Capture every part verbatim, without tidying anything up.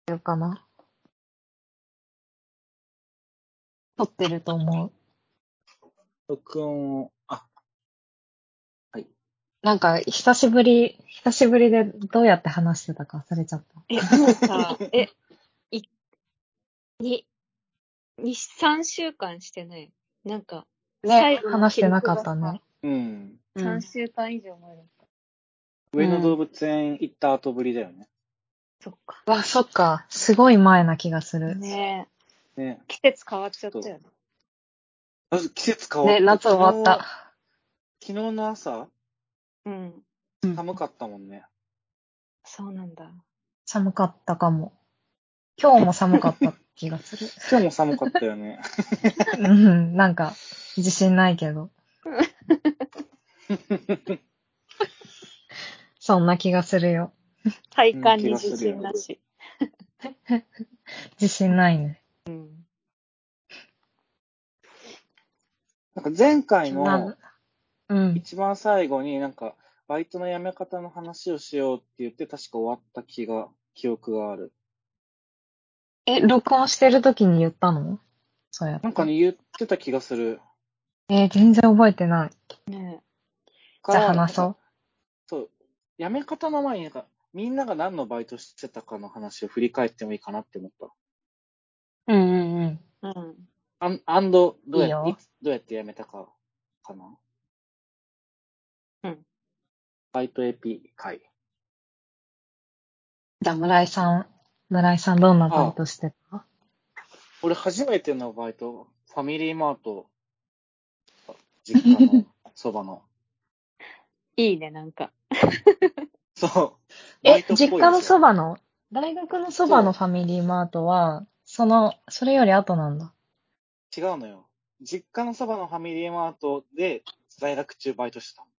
るかな。撮ってると思う。 録音を、あ、はい。 なんか、久しぶり、久しぶりでどうやって話してたか忘れちゃった。 え、もうさ、え、い、に、に、さんしゅうかんしてない。なんか、最ね、 後の話してな記録がさ、 かったね。 うん。 さんしゅうかん以上前だった。 上野動物園行った後ぶりだよね。 そっか。 わ、そっか。すごい前な気がする。 ねえ。 ね。 季節変わっちゃったよね。 あ、季節変わった。 ね、夏終わった。 昨日、昨日の朝、 うん。 寒かったもんね。 そうなんだ。 寒かったかも。今日も寒かった気がする。 今日も寒かったよね。 うん、なんか、自信ないけど。そんな気がするよ。 体感に自信なし。 自信ないね。 うん。 なんか前回なのうん。 一番最後になんか、バイトの辞め方の話をしようって言って確か終わった気が、記憶がある。 え、録音してる時に言ったの？そうやって。 なんかね、言ってた気がする。 えー全然覚えてない。 ねじゃあから、 話そう。 そう、辞め方の前になんか、みんなが何のバイトしてたかの話を振り返ってもいいかなって思った。 うんうんうん。 え。うん。 アン、アンド、どうやいいよいつどうやって辞めたか、かな。 うん。 バイトエピ会。 じゃあ村井さん、村井さんどんなバイトしてた？ 俺初めてのバイト、ファミリーマート、実家のそばの。 いいね、なんか。 そう。バえイ、トっ実家のぽいでしょ。 そばの大学のそばのファミリーマートは、その、それより後なんだ。 違うのよ。実家のそばのファミリーマートで在学中バイトしてたの。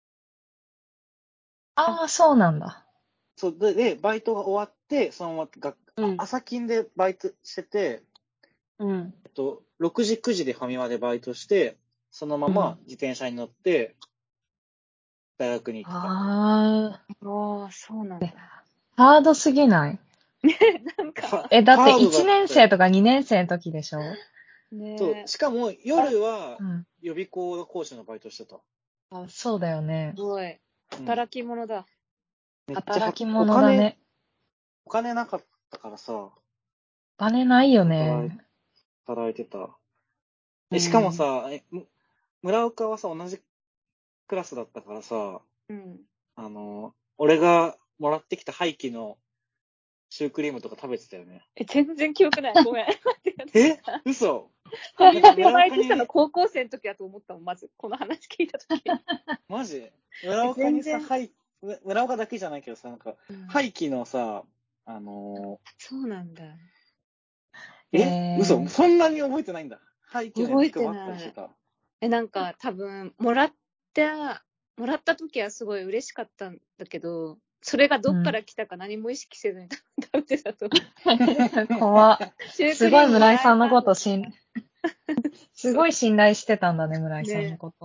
ああ、そうなんだ。 そうで、で、バイトが終わって、そのままが、 うん朝勤でバイトしてて、 うん。 えっと、ろくじ、くじでファミマでバイトして、そのまま自転車に乗って大学に行ってた。 あああ、そうなんだ。 あ、ハードすぎない？ なんか、 え、だってハードだいちねんったよ。 生とかにねん生の時でしょ？ そう。 ねしかも夜はうん。 予備校の講師のバイトしてた。 あ、そうだよねす。ごい。 うん働き者だ。 めっちゃは働きお金、 者だね。 お金なかったからさ、 お金ないよ働いね。 働いてた。 うえ、しかもん。 さ、え、む村岡はさ、同じクラスだったからさ、 うん。 あの、俺がもらってきた廃棄のシュークリームとか食べてたよね。 え、全然記憶ない。ごめん。 え嘘ファミマで村バイトしたの岡に、 高校生の時だと思ったもん、まず。この話聞いた時。 マジ村岡にさ、 全然廃、む村岡だけじゃないけどさ、なんか、 うん廃棄のさ、あのそうなんだ。 ーええ嘘ー、 そんなに覚えてないんだ。廃棄のや覚えてつ配ったりない。 してた。 え、なんか多分、もらった、もらった時はすごい嬉しかったんだけど、それがどっから来たか何も意識せずに食べてたと思う。 怖っ。 シューすごいクリームも村井さんのらえたことしん、すごい信頼してたんだね、村井さんのね。 こと。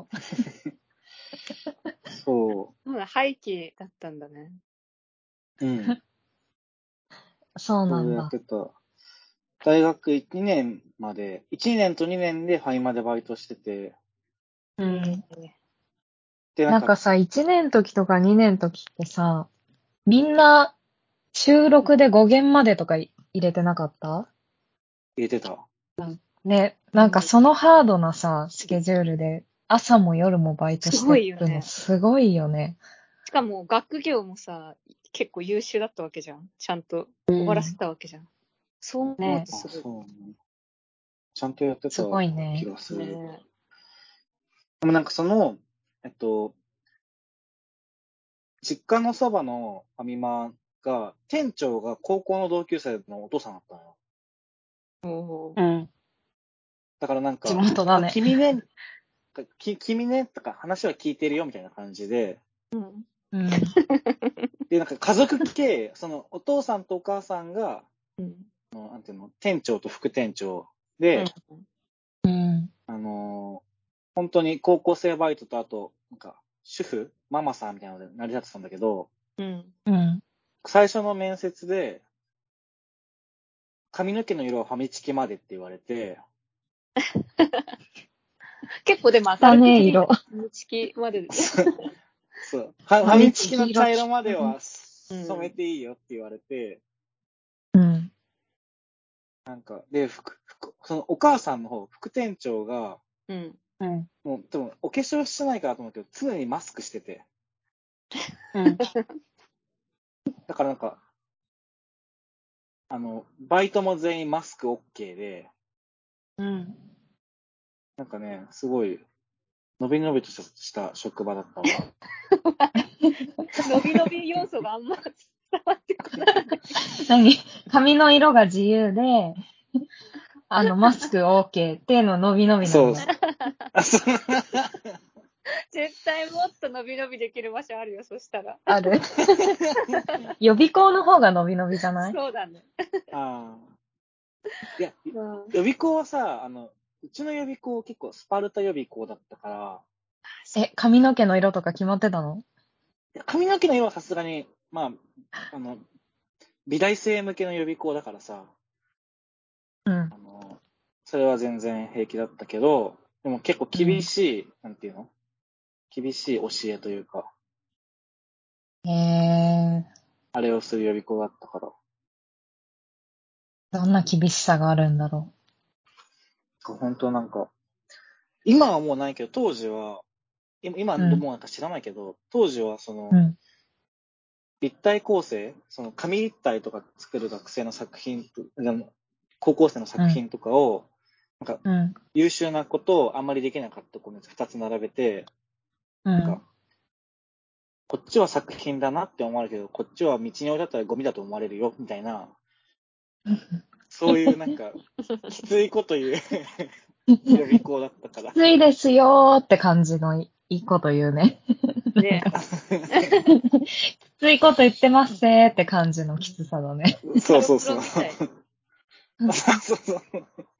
そそうだ、廃棄だったんだね。 う。うん。 そうなそうやっんだ。 てた。大学いちねんまで、いちねんとにねんでファイマでバイトしてて、 うん。 で、なんか、 なんかさ、いちねんの時とかにねんの時ってさ、みんな収録でご限までとかい入れてなかった？ 入れてた。 ね、なんかそのハードなさ、スケジュールで朝も夜もバイトすしてるのごいよね。 すごいよね。 しかも学業もさ、結構優秀だったわけじゃん。ちゃんと終わらせたわけじゃん。そう思うね、 とすごい。 そうね。ちゃんとやってたすごい気ね。 がする。 ねでもなんかその、えっと、実家のそばのファミマが、店長が高校の同級生のお父さんだったのよ。 おーうん。 だからなん地か、あ、 元だね。 君ね、き君ね、とか話は聞いてるよみたいな感じで、 うん。 うん。 で、なんか家族系、そのお父さんとお母さんが、 うん。 なんていうの、店長と副店長うで、 ん。 うん。 あのー本当に高校生バイトとあと、なんか、主婦ママさんみたいなので成り立ってたんだけど、 うん。 うん。 最初の面接で、 髪の毛の色はファミチキまでって言われて、 結構でも明るくていい。ファミチキまでです。 そう。ファミチキの茶色までは染めていいよって言われて、 うん。 なんか、で、副、副、そのお母さんの方、副店長が、 うん。 うん。 もう、多分、お化粧してないからと思うけど、常にマスクしてて。 うん。 だからなんか、あの、バイトも全員マスク OK で、 うん。 なんかね、すごい、のびのびとした職場だったわ。 のびのび要素があんま伝わってこない。 何髪の色が自由で、あの、マスク OK っていうののびのびなんだ。 あ、そう。 絶対もっとのびのびできる場所あるよ、そしたら。 ある予備校の方がのびのびじゃない？ そうだね。 ああ。いや、 うん、 予備校はさ、あの、うちの予備校結構スパルタ予備校だったから、 え、髪の毛の色とか決まってたの？ 髪の毛の色はさすがに、まあ、あの、美大生向けの予備校だからさ、 うん。 あの、それは全然平気だったけど、でも結構厳しい、うん、なんていうの？厳しい教えというか。 へえ。 あれをする予備校だったから。 どんな厳しさがあるんだろ本当なんか、今はもうないけど、当時は、今はもうなんか知らないけど、うん、当時はその、うん、立体構成、その紙立体とか作る学生の作品、高校生の作品とかを、うん、なんか、うん、優秀なことをあんまりできなかった子に二つ並べて、うん、なんか、こっちは作品だなって思われるけど、こっちは道に置いてあったらゴミだと思われるよ、みたいな、そういうなんか、きついこと言う予備校だったから。 きついですよーって感じのいいこと言うね。ねきついこと言ってますせーって感じのきつさだね。 そうそうそう。そうそうそう。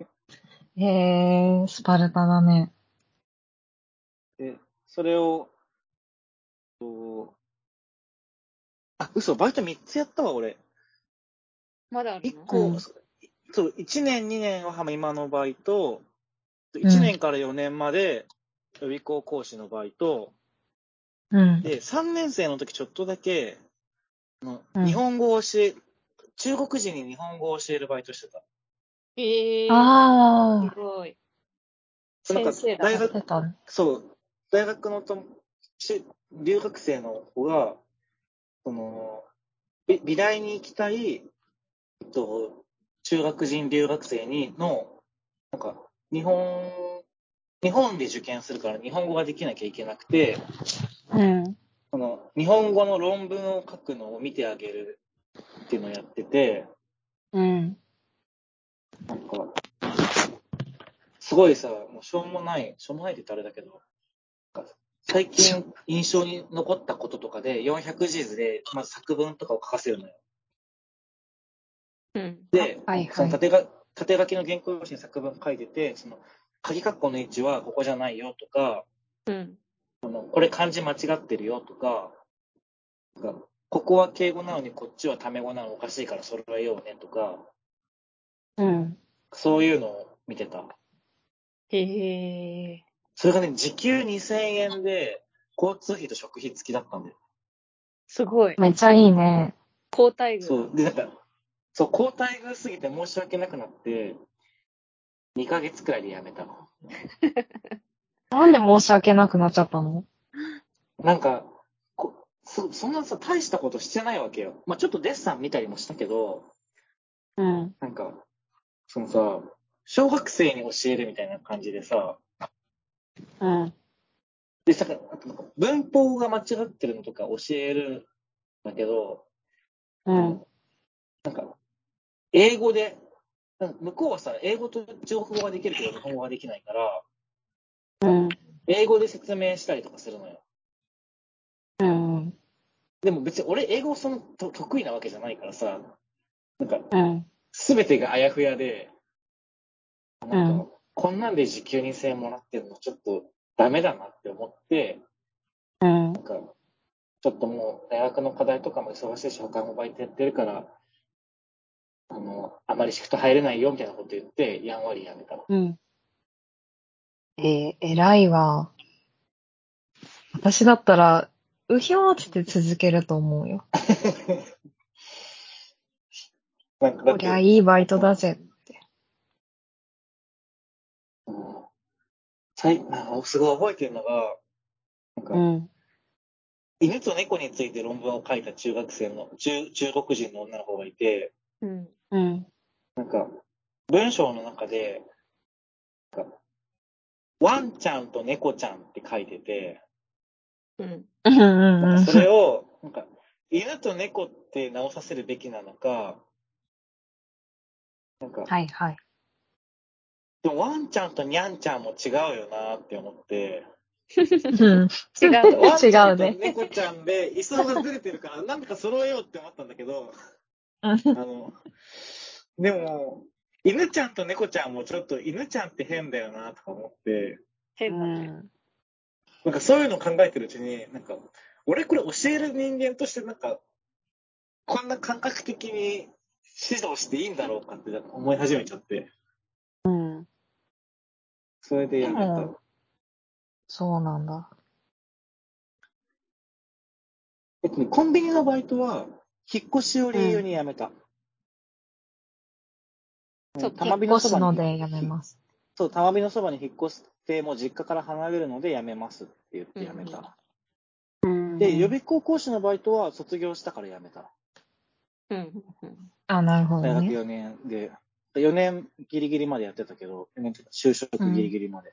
へー、スパルタだね。 で、それを、とあ、嘘、バイトみっつやったわ、俺。 まだあるの？ いっこ、うん、そう、いちねん、にねんは今のバイト、いちねんからよねんまで予備校講師のバイト、うん、で、さんねん生の時ちょっとだけ、あの、うん、日本語を教え、中国人に日本語を教えるバイトしてた。 へえー。 あー。すごい。 なんか先生だ。 大学、そう、大学のと留学生の子が、その、美美大に行きたい、えっと、中学人留学生にの、なんか、日本、日本で受験するから日本語ができなきゃいけなくて、 うん。 その、日本語の論文を書くのを見てあげるっていうのをやってて、 うん。 なんか、すごいさ、もうしょうもない、しょうもないって言ったらあれだけど、最近印象に残ったこととかでよんひゃくじずで、まず作文とかを書かせるのよ。 うん、 で、 はいはい、 その縦が縦書きの原稿用紙に作文書いてて、その鍵括弧の位置はここじゃないよとか、 うん、 これ漢字間違ってるよとか、ここは敬語なのにこっちはタメ語なのおかしいから揃えようねとか、 うん、 そういうのを見てた。 へえ。 それがね、時給にせんえんで、交通費と食費付きだったんだよ。 すごい。 めっちゃいいね。 高待遇。 そう。で、なんか、そう、高待遇すぎて申し訳なくなって、にかげつくらいで辞めたの。 なんで申し訳なくなっちゃったの？ なんか、こそそんなさ、大したことしてないわけよ。まあちょっとデッサン見たりもしたけど、 うん。 なんか、そのさ、小学生に教えるみたいな感じでさ、 うん。 で、さ、文法が間違ってるのとか教えるんだけど、 うん。 なんか、英語で、向こうはさ、英語と中国語ができるけど日本語ができないから、 うん。 英語で説明したりとかするのよ。 うん。 でも別に俺英語そのと得意なわけじゃないからさ、なんか、 うん。 すべてがあやふやで、なんか、 うん。 こんなんで時給にせんえんもらってるのちょっとダメだなって思って、 うん。 なんか、ちょっともう大学の課題とかも忙しいし、他もバイトやってるから、 あの、あまりシフト入れないよみたいなこと言って、やんわりやめた。 うん。えー、偉いわ。私だったら、うひょーって続けると思うよ。 なんかだってこりゃいいバイトだぜって。 うん、最なんかすごい覚えてるのが、なんか、 うん。 犬と猫について論文を書いた中学生の、中、中国人の女の子がいて、 うん。 うん。 なんか、文章の中で、なんかワンちゃんと猫ちゃんって書いてて、 うん。 うんうんうん。 なんかそれを、なんか、犬と猫って直させるべきなのか、なんか、 はいはい。 でもワンちゃんとニャンちゃんも違うよなって思って、 うん。 違うね。 ワンちゃんと違うね。 猫ちゃんで位相がずれてるから、なんとか揃えようって思ったんだけど、あの、でも、犬ちゃんと猫ちゃんもちょっと犬ちゃんって変だよなとか思って、 変だね。 なんかそういうのを考えてるうちに、なんか、俺これ教える人間としてなんか、こんな感覚的に指導していいんだろうかって思い始めちゃって、 うん。 それでやめた。 でもそうなんだ。 えっとね、コンビニのバイトは、引っ越しを理由に辞めた。 そっか玉引っ越す美のそばにのでやめます。 そう、玉美のそばに引っ越して、もう実家から離れるので辞めますって言って辞めた。 うん。 で、予備校講師のバイトは卒業したから辞めた。 うん。うん。 あ、なるほど大学ね。 よねんで、よねんギリギリまでやってたけど、よねんというか就職ギリギリまで。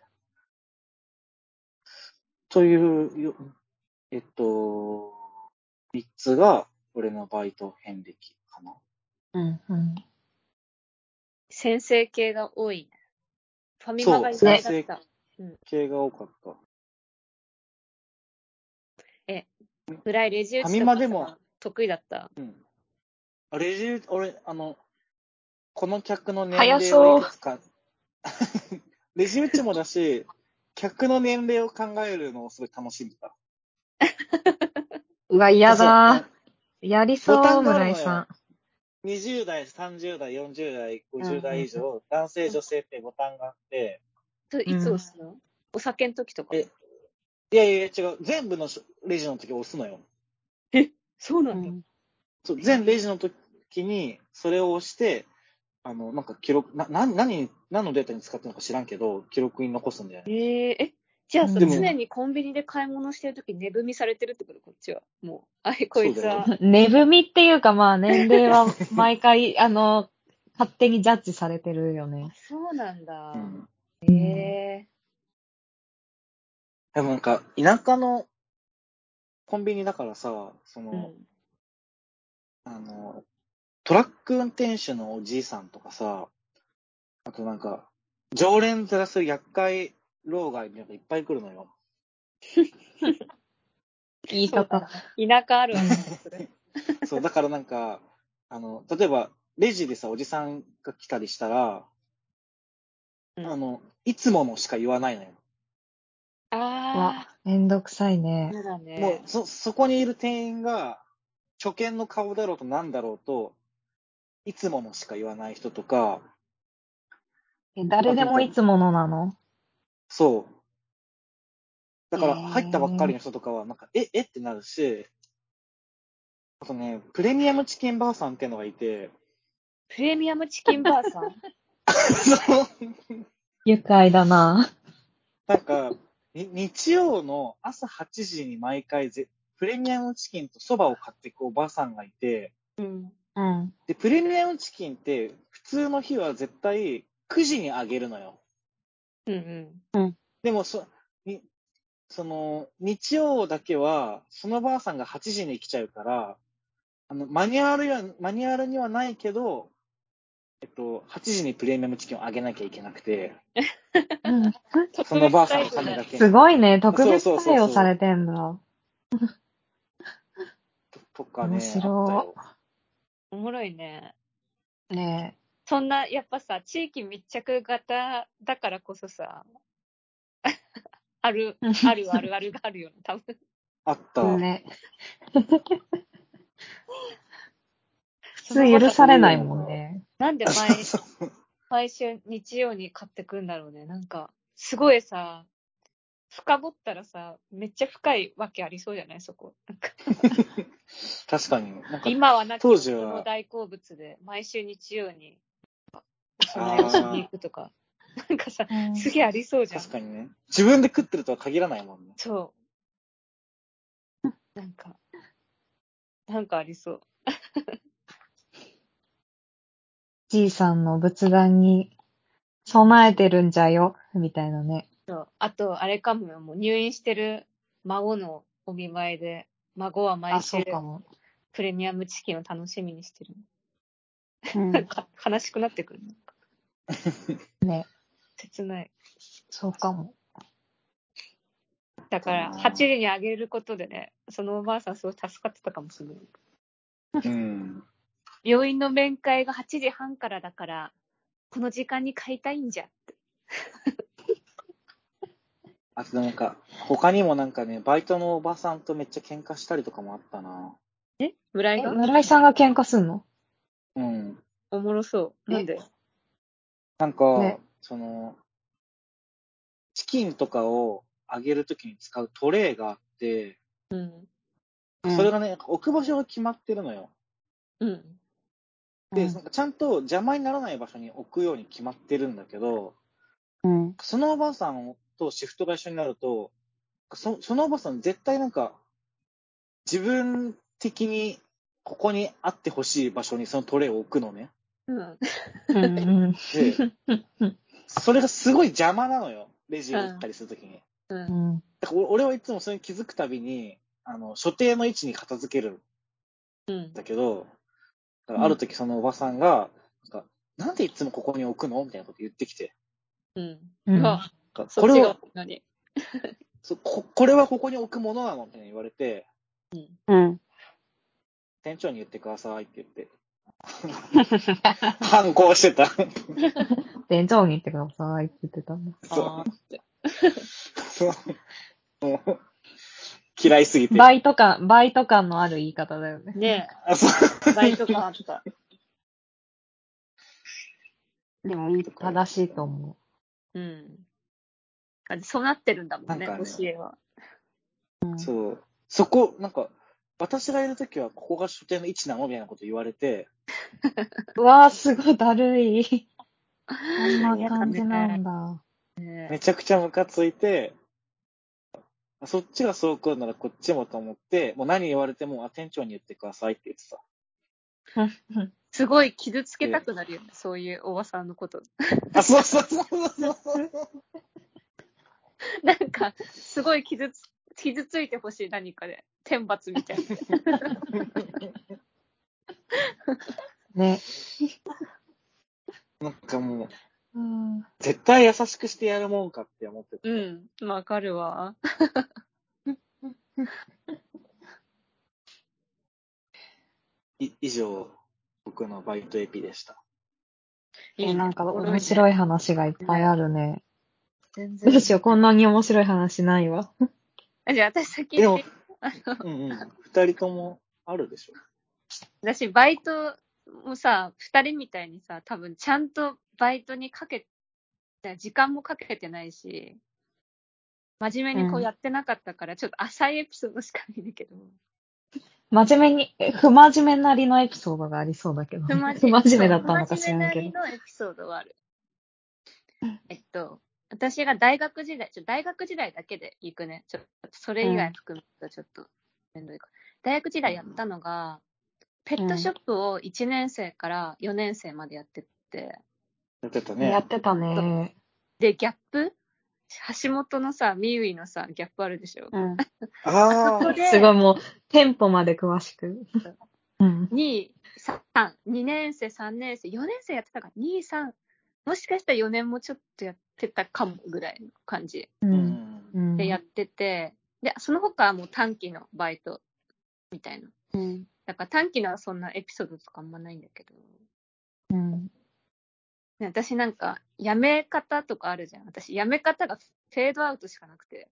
というよ、えっと、みっつが俺のバイト遍歴かな。 うんうん。 先生系が多いね。ファミマそう、 が意先生外だった。うん。 系が多かった。 え、ぐらいレジ打ファちとかミマでも、 さ、得意だった。 うん。あレジ、俺、あの、この客の年早齢をいそう。 くつか、レジ打ちもだし、客の年齢を考えるのをすごい楽しんでた。 うわ、嫌そう、 だ。やりそう、 ボタンがある村井さん。 のよ。にじゅう代、さんじゅう代、よんじゅう代、 うんごじゅう代以上、男性、女性ってボタンがあって、 それいつ押すの？お酒の時とか。 え、いやいやいや違う、全部のレジの時押すのよ。 え、そうなんだ。 うん。 そう、全レジの時にそれを押して、あの、なんか記録、な、な、何、何のデータに使ってるのか知らんけど、記録に残すんだよね。 えー、え、じゃあさ、 でも常にコンビニで買い物してる時寝踏みされてるってこと？こっちは。もう、あれ、こそうだよ。 いつは。 寝踏みっていうか、まあ、年齢は毎回、あの、勝手にジャッジされてるよあ、 ね。 そうなんだ。 うん。 ええでもなんか、田舎のコンビニだからさ、そー。うの、 ん。 あの、トラック運転手のおじいさんとかさ、あとなんか、常連ずらす厄介老害みたいなのがいっぱい来るのよ。 言いそうだ方。 ね。田舎あるあるだね、それ。 そう、だからなんか、あの、例えば、レジでさ、おじさんが来たりしたら、 うんあの、いつものしか言わないのよ。 うわ、 あめんどくさいね。 ー、そうだもう、 ね。 そ、そこにいる店員が、初見の顔だろうとなんだろうと、いつものしか言わない人とか、 え、誰であとなんか、 もいつものなの？ そう。だえから、入ったばっかりー、 の人とかは、なんか、え、えってなるし、あとね、プレミアムチキンばあさんっていうのがいて、 プレミアムチキンバーさん。 愉快だな。 なんか、に日曜の朝はちじに毎回ぜ、プレミアムチキンと蕎麦を買っていくおばあさんがいて、 うん。 うん。 で、プレミアムチキンって普通の日は絶対くじにあげるのよ。 うんうん。 うん。 でもそ、にその、日曜だけは、そのばあさんがはちじに来ちゃうから、あの、マニュアルや、マニュアルにはないけど、えっと、はちじにプレミアムチキンをあげなきゃいけなくて、 うん。 そのばあ特別さんのため待遇だね。 すだけに。 ごいね。特そう別そうそうそう。 対応されてんだ。 ととか面ね、あった白よ。 おもろいね。 い。ねそんな、やっぱさ、地域密着型だからこそさ、ある、あるあるあるがあるよね、多分。 あっえ。 た。 ね。普そのまさか、 通許されないもんね。 なんで毎、毎週日曜に買ってくんだろうね。なんか、すごいさ、深掘ったらさ、めっちゃ深いわけありそうじゃないそこ。なんか確かに。なんか今はなき当時は夫の大好物で、毎週日曜にお供えをしに行くとか。なんかさ、すげえありそうじゃん。 確かにね。自分で食ってるとは限らないもんね。 そう。なんか、なんかありそう。 じいさんの仏壇に備えてるんじゃよ、みたいなね。 そう。あと、あれかもよ、もう入院してる孫のお見舞いで、孫は毎週プレミアムチキンを楽しみにしてる。うん、なんか悲しくなってくる。 ね。 切ない。 そうかも。 だから、はちじにあげることでね、そのおばあさんすごい助かってたかもしれない。 うん。 病院の面会がはちじはんからだから、この時間に買いたいんじゃって。 あとなんか、他にもなんかね、バイトのおばさんとめっちゃ喧嘩したりとかもあったな。 え村井が村井さんが喧嘩すんの？ うん。 おもろそう。なんで？ なんか、 ね、 その、チキンとかを揚げるときに使うトレイがあって、 うん。 それがね、置く場所が決まってるのよ。 うん。 で、なんかちゃんと邪魔にならない場所に置くように決まってるんだけど、うん、そのおばあさんとシフトが一緒になると、そ, そのおばあさん絶対なんか、自分的にここにあってほしい場所にそのトレイを置くのね。 うん。 で、それがすごい邪魔なのよ。レジを打ったりするときに。うん。だから俺はいつもそれに気づくたびに、あの、所定の位置に片付けるんだけど、うん、ある時そのおばさんが、なんか、なんでいつもここに置くのみたいなこと言ってきて。 うん。うん。まあ、 これを、 何こ、これはここに置くものなのみたいな言われて、うん。うん。店長に言ってくださいって言って。反抗してた。 店長に言ってくださいって言ってたんだ。 そう。もう嫌いすぎて。 バイト感、バイト感のある言い方だよね。 ねえ。バイト感あった。 でもいい、正しいと思う。うん。そうなってるんだもんね、ね教えは。 そう。そこ、なんか、私がいるときはここが所定の位置なのみたいなこと言われて。 うわー、すごいだるい。こんな感じなんだ。 めちゃくちゃムカついて、そっちがそう来るならこっちもと思って、もう何言われても、あ、店長に言ってくださいって言ってた。 すごい傷つけたくなるよね、そういうおばさんのこと。 あ、そうそうそうそうそう。 なんか、すごい傷つ、傷ついてほしい、何かで。天罰みたいな。ね。 なんかもう、うん、絶対優しくしてやるもんかって思ってた。 うん、わかるわ。 い以上、僕のバイトエピでした。 え、なんか面白い話がいっぱいあるね。全然。どうしよう、こんなに面白い話ないわ。 じゃあ私先言って。 うんうん。二人ともあるでしょ。 私、バイトもさ、二人みたいにさ、多分ちゃんとバイトにかけ、時間もかけてないし、真面目にこうやってなかったから、うん、ちょっと浅いエピソードしかないんだけど。 真面目に、不真面目なりのエピソードがありそうだけど、ね。不真面目だったのか知らんけど。 不真面目なりのエピソードはある。えっと、私が大学時代、ちょ大学時代だけで行くね。ちょっと、それ以外含めたらちょっとめんどいから。大学時代やったのが、ペットショップをいちねん生からよねん生までやってて。 やってたね。 やってたね。 で、ギャップ橋本のさ、ミウイのさ、ギャップあるでしょ。うん、 ああ。すごいもう、店舗まで詳しく。 うん、に、さん、にねん生、さんねん生、よねん生やってたか、に、さん、もしかしたらよねんもちょっとやってたかもぐらいの感じ。うん、で、やってて、で、その他はもう短期のバイトみたいな。うん、だから短期のはそんなエピソードとかあんまないんだけど。うん。私なんか、辞め方とかあるじゃん。私、辞め方がフェードアウトしかなくて。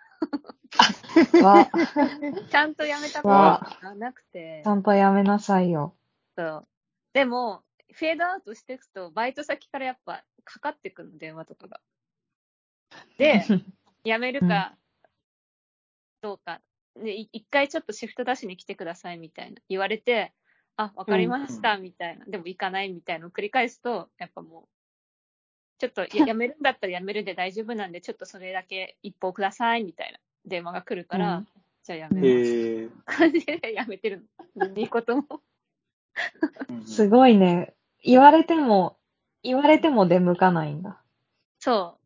わちゃんと辞めたことがなくて。 ちゃんと辞めなさいよ。 そう。でも、 フェードアウトしていくと、バイト先からやっぱかかってくるの、電話とかが。で、辞めるか、どうか。で、一回ちょっとシフト出しに来てくださいみたいな言われて、あ、わかりました、みたいな。でも行かないみたいなのを繰り返すと、やっぱもう、ちょっとや辞めるんだったら辞めるで大丈夫なんで、ちょっとそれだけ一報くださいみたいな電話が来るから、うん、じゃあ辞めます。 へ感じで辞めてるの。いいことも。 すごいね。言われても、言われても出向かないんだ。 そう。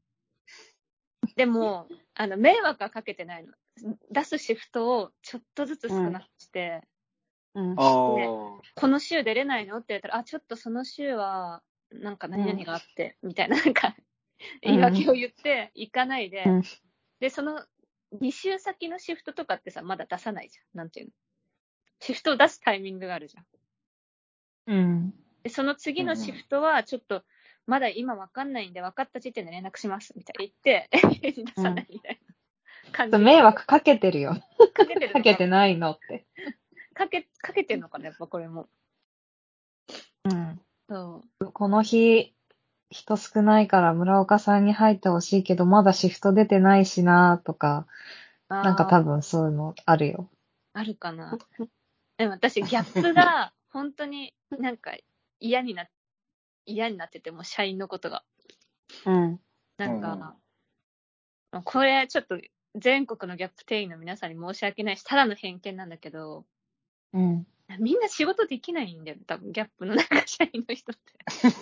でも、あの、迷惑はかけてないの。出すシフトをちょっとずつ少なくして、 うん。 で、この週出れないのって言ったら、あ、ちょっとその週は、なんか何々があって、うん、みたいな、なんか、言い訳を言って、行かないで、うん、で、その、に週先のシフトとかってさ、まだ出さないじゃん。なんていうの。シフトを出すタイミングがあるじゃん。 うん。 で、その次のシフトは、ちょっと、まだ今わかんないんで、分かった時点で連絡します、みたいな言って、出さないみたいな感じ、うん。 迷惑かけてるよ。 かけてるのかかけてないのって。 かけ、かけてるのかな、やっぱこれも。 うん。 そう。 この日、人少ないから村岡さんに入ってほしいけど、まだシフト出てないしなとか、なんか多分そういうのあるよ。 あるかな。でも私、ギャップが本当になんか嫌にな、嫌になってて、もう社員のことが。 うん。 なんか、うん、これちょっと全国のギャップ店員の皆さんに申し訳ないし、ただの偏見なんだけど、 うん。 みんな仕事できないんだよ、多分、ギャップのなんか社員の人って。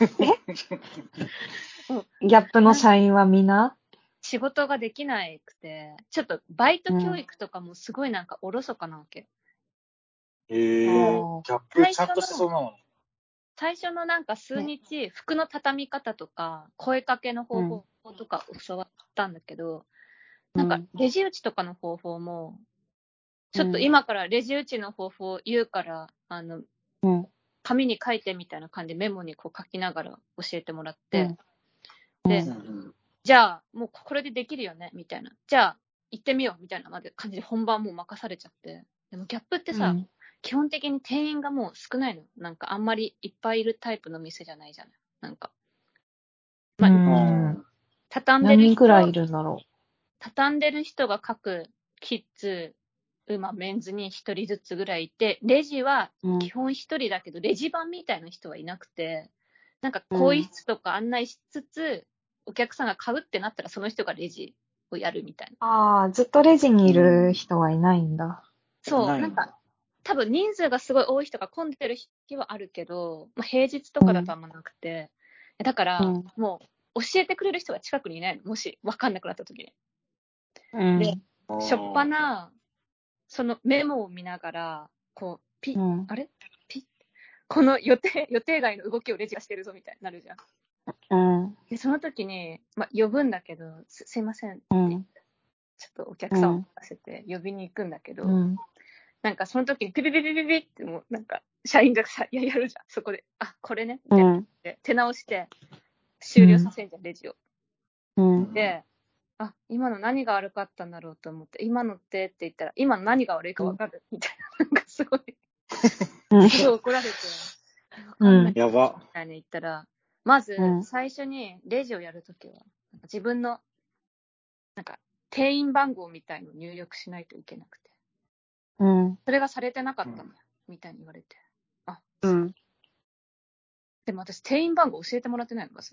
えギャップの社員はみんな仕事ができなくて、ちょっとバイト教育とかもすごいなんかおろそかなわけ。 へ、うん、えー、ギャップちゃんとしてそうなの。 最初のなんか数日、ね、服の畳み方とか、声かけの方法とか教わったんだけど、うん、なんかレジ打ちとかの方法も、ちょっと今からレジ打ちの方法を言うから、あの、うん、紙に書いてみたいな感じでメモにこう書きながら教えてもらって、うん、で、うん、じゃあもうこれでできるよねみたいな。じゃあ行ってみようみたいな感じで本番もう任されちゃって。でもギャップってさ、うん、基本的に店員がもう少ないの。なんかあんまりいっぱいいるタイプの店じゃないじゃない。なんか。 まあ、うん。 畳んでる人。 何人くらいいるんだろう。 畳んでる人が各キッズ、まあ、メンズに一人ずつぐらいいて、レジは基本一人だけど、うん、レジ番みたいな人はいなくて、なんか更衣室とか案内しつつ、うん、お客さんが買うってなったらその人がレジをやるみたいな。 ああ、ずっとレジにいる人はいないんだ。うん、 そう、なんか、多分人数がすごい多い人が混んでる日はあるけど、まあ、平日とかだとあんまなくて、うん、だから、うん、もう教えてくれる人が近くにいないの。もし分かんなくなった時に。うん、で、しょっぱな、そのメモを見ながら、こう、ピッ、うん、あれピッ、この予定、予定外の動きをレジがしてるぞみたいになるじゃん。うん。で、その時に、まあ、呼ぶんだけど、す、すいませんって言って、うん、ちょっとお客さんを任せて呼びに行くんだけど、うん、なんかその時にピピピピピピってもうなんか社員がさ、いや、やるじゃん。そこで、あ、これね、みたいな、うん、手直して終了させんじゃん、レジを。うん、で、あ、今の何が悪かったんだろうと思って、今のってって言ったら、今の何が悪いか分かる、うん、みたいな、なんかすごい、すごい怒られて、分かんない、 やば。 みたいに言ったら、まず、最初にレジをやるときは、自分の、なんか、店員番号みたいのを入力しないといけなくて。うん。それがされてなかったんだよ、みたいに言われて。あ、うん。でも私、店員番号教えてもらってないの、まず。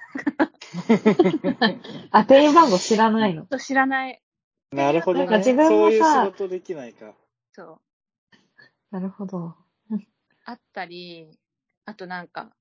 あ、店員番号知らないの？ 知らない。 なるほどね。自分そういう仕事できないか。 そう。 なるほど。 あったり、あとなんか、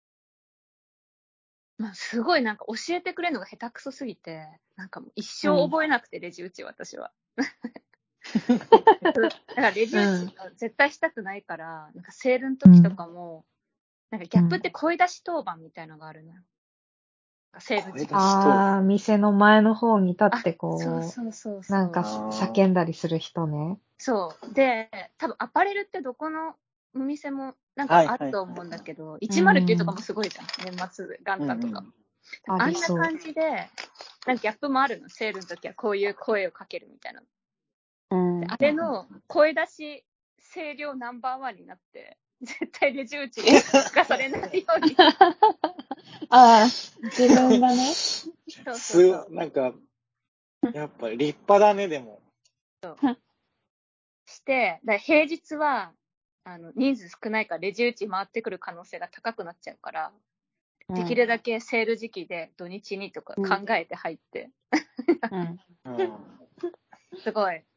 まあ、すごいなんか教えてくれるのが下手くそすぎて、なんかもう一生覚えなくて、うん、レジ打ち私は。だからレジ打ち絶対したくないから、うん、なんかセールの時とかも、うん、なんかギャップって声出し当番みたいなのがあるのよ。セール時間。 ああ、店の前の方に立ってこう、 そうそうそうそう。 なんか叫んだりする人ね。 そう。で、多分アパレルってどこのお店もなんかあると思うんだけど、はいはい、いちまるきゅうとかもすごいじゃん。うん、年末元旦とか。うんうん、あんな感じで、なんかギャップもあるの。セールの時はこういう声をかけるみたいな。うん、あれの声出し声量ナンバーワンになって、 絶対レジ打ちに化されないように。 ああ、自分がね。 そうそうすそう。 なんか、やっぱり立派だね、でも。 そうして、だ平日は、あの、人数少ないからレジ打ち回ってくる可能性が高くなっちゃうから、うん、できるだけセール時期で土日にとか考えて入って。うん。うん、すごい。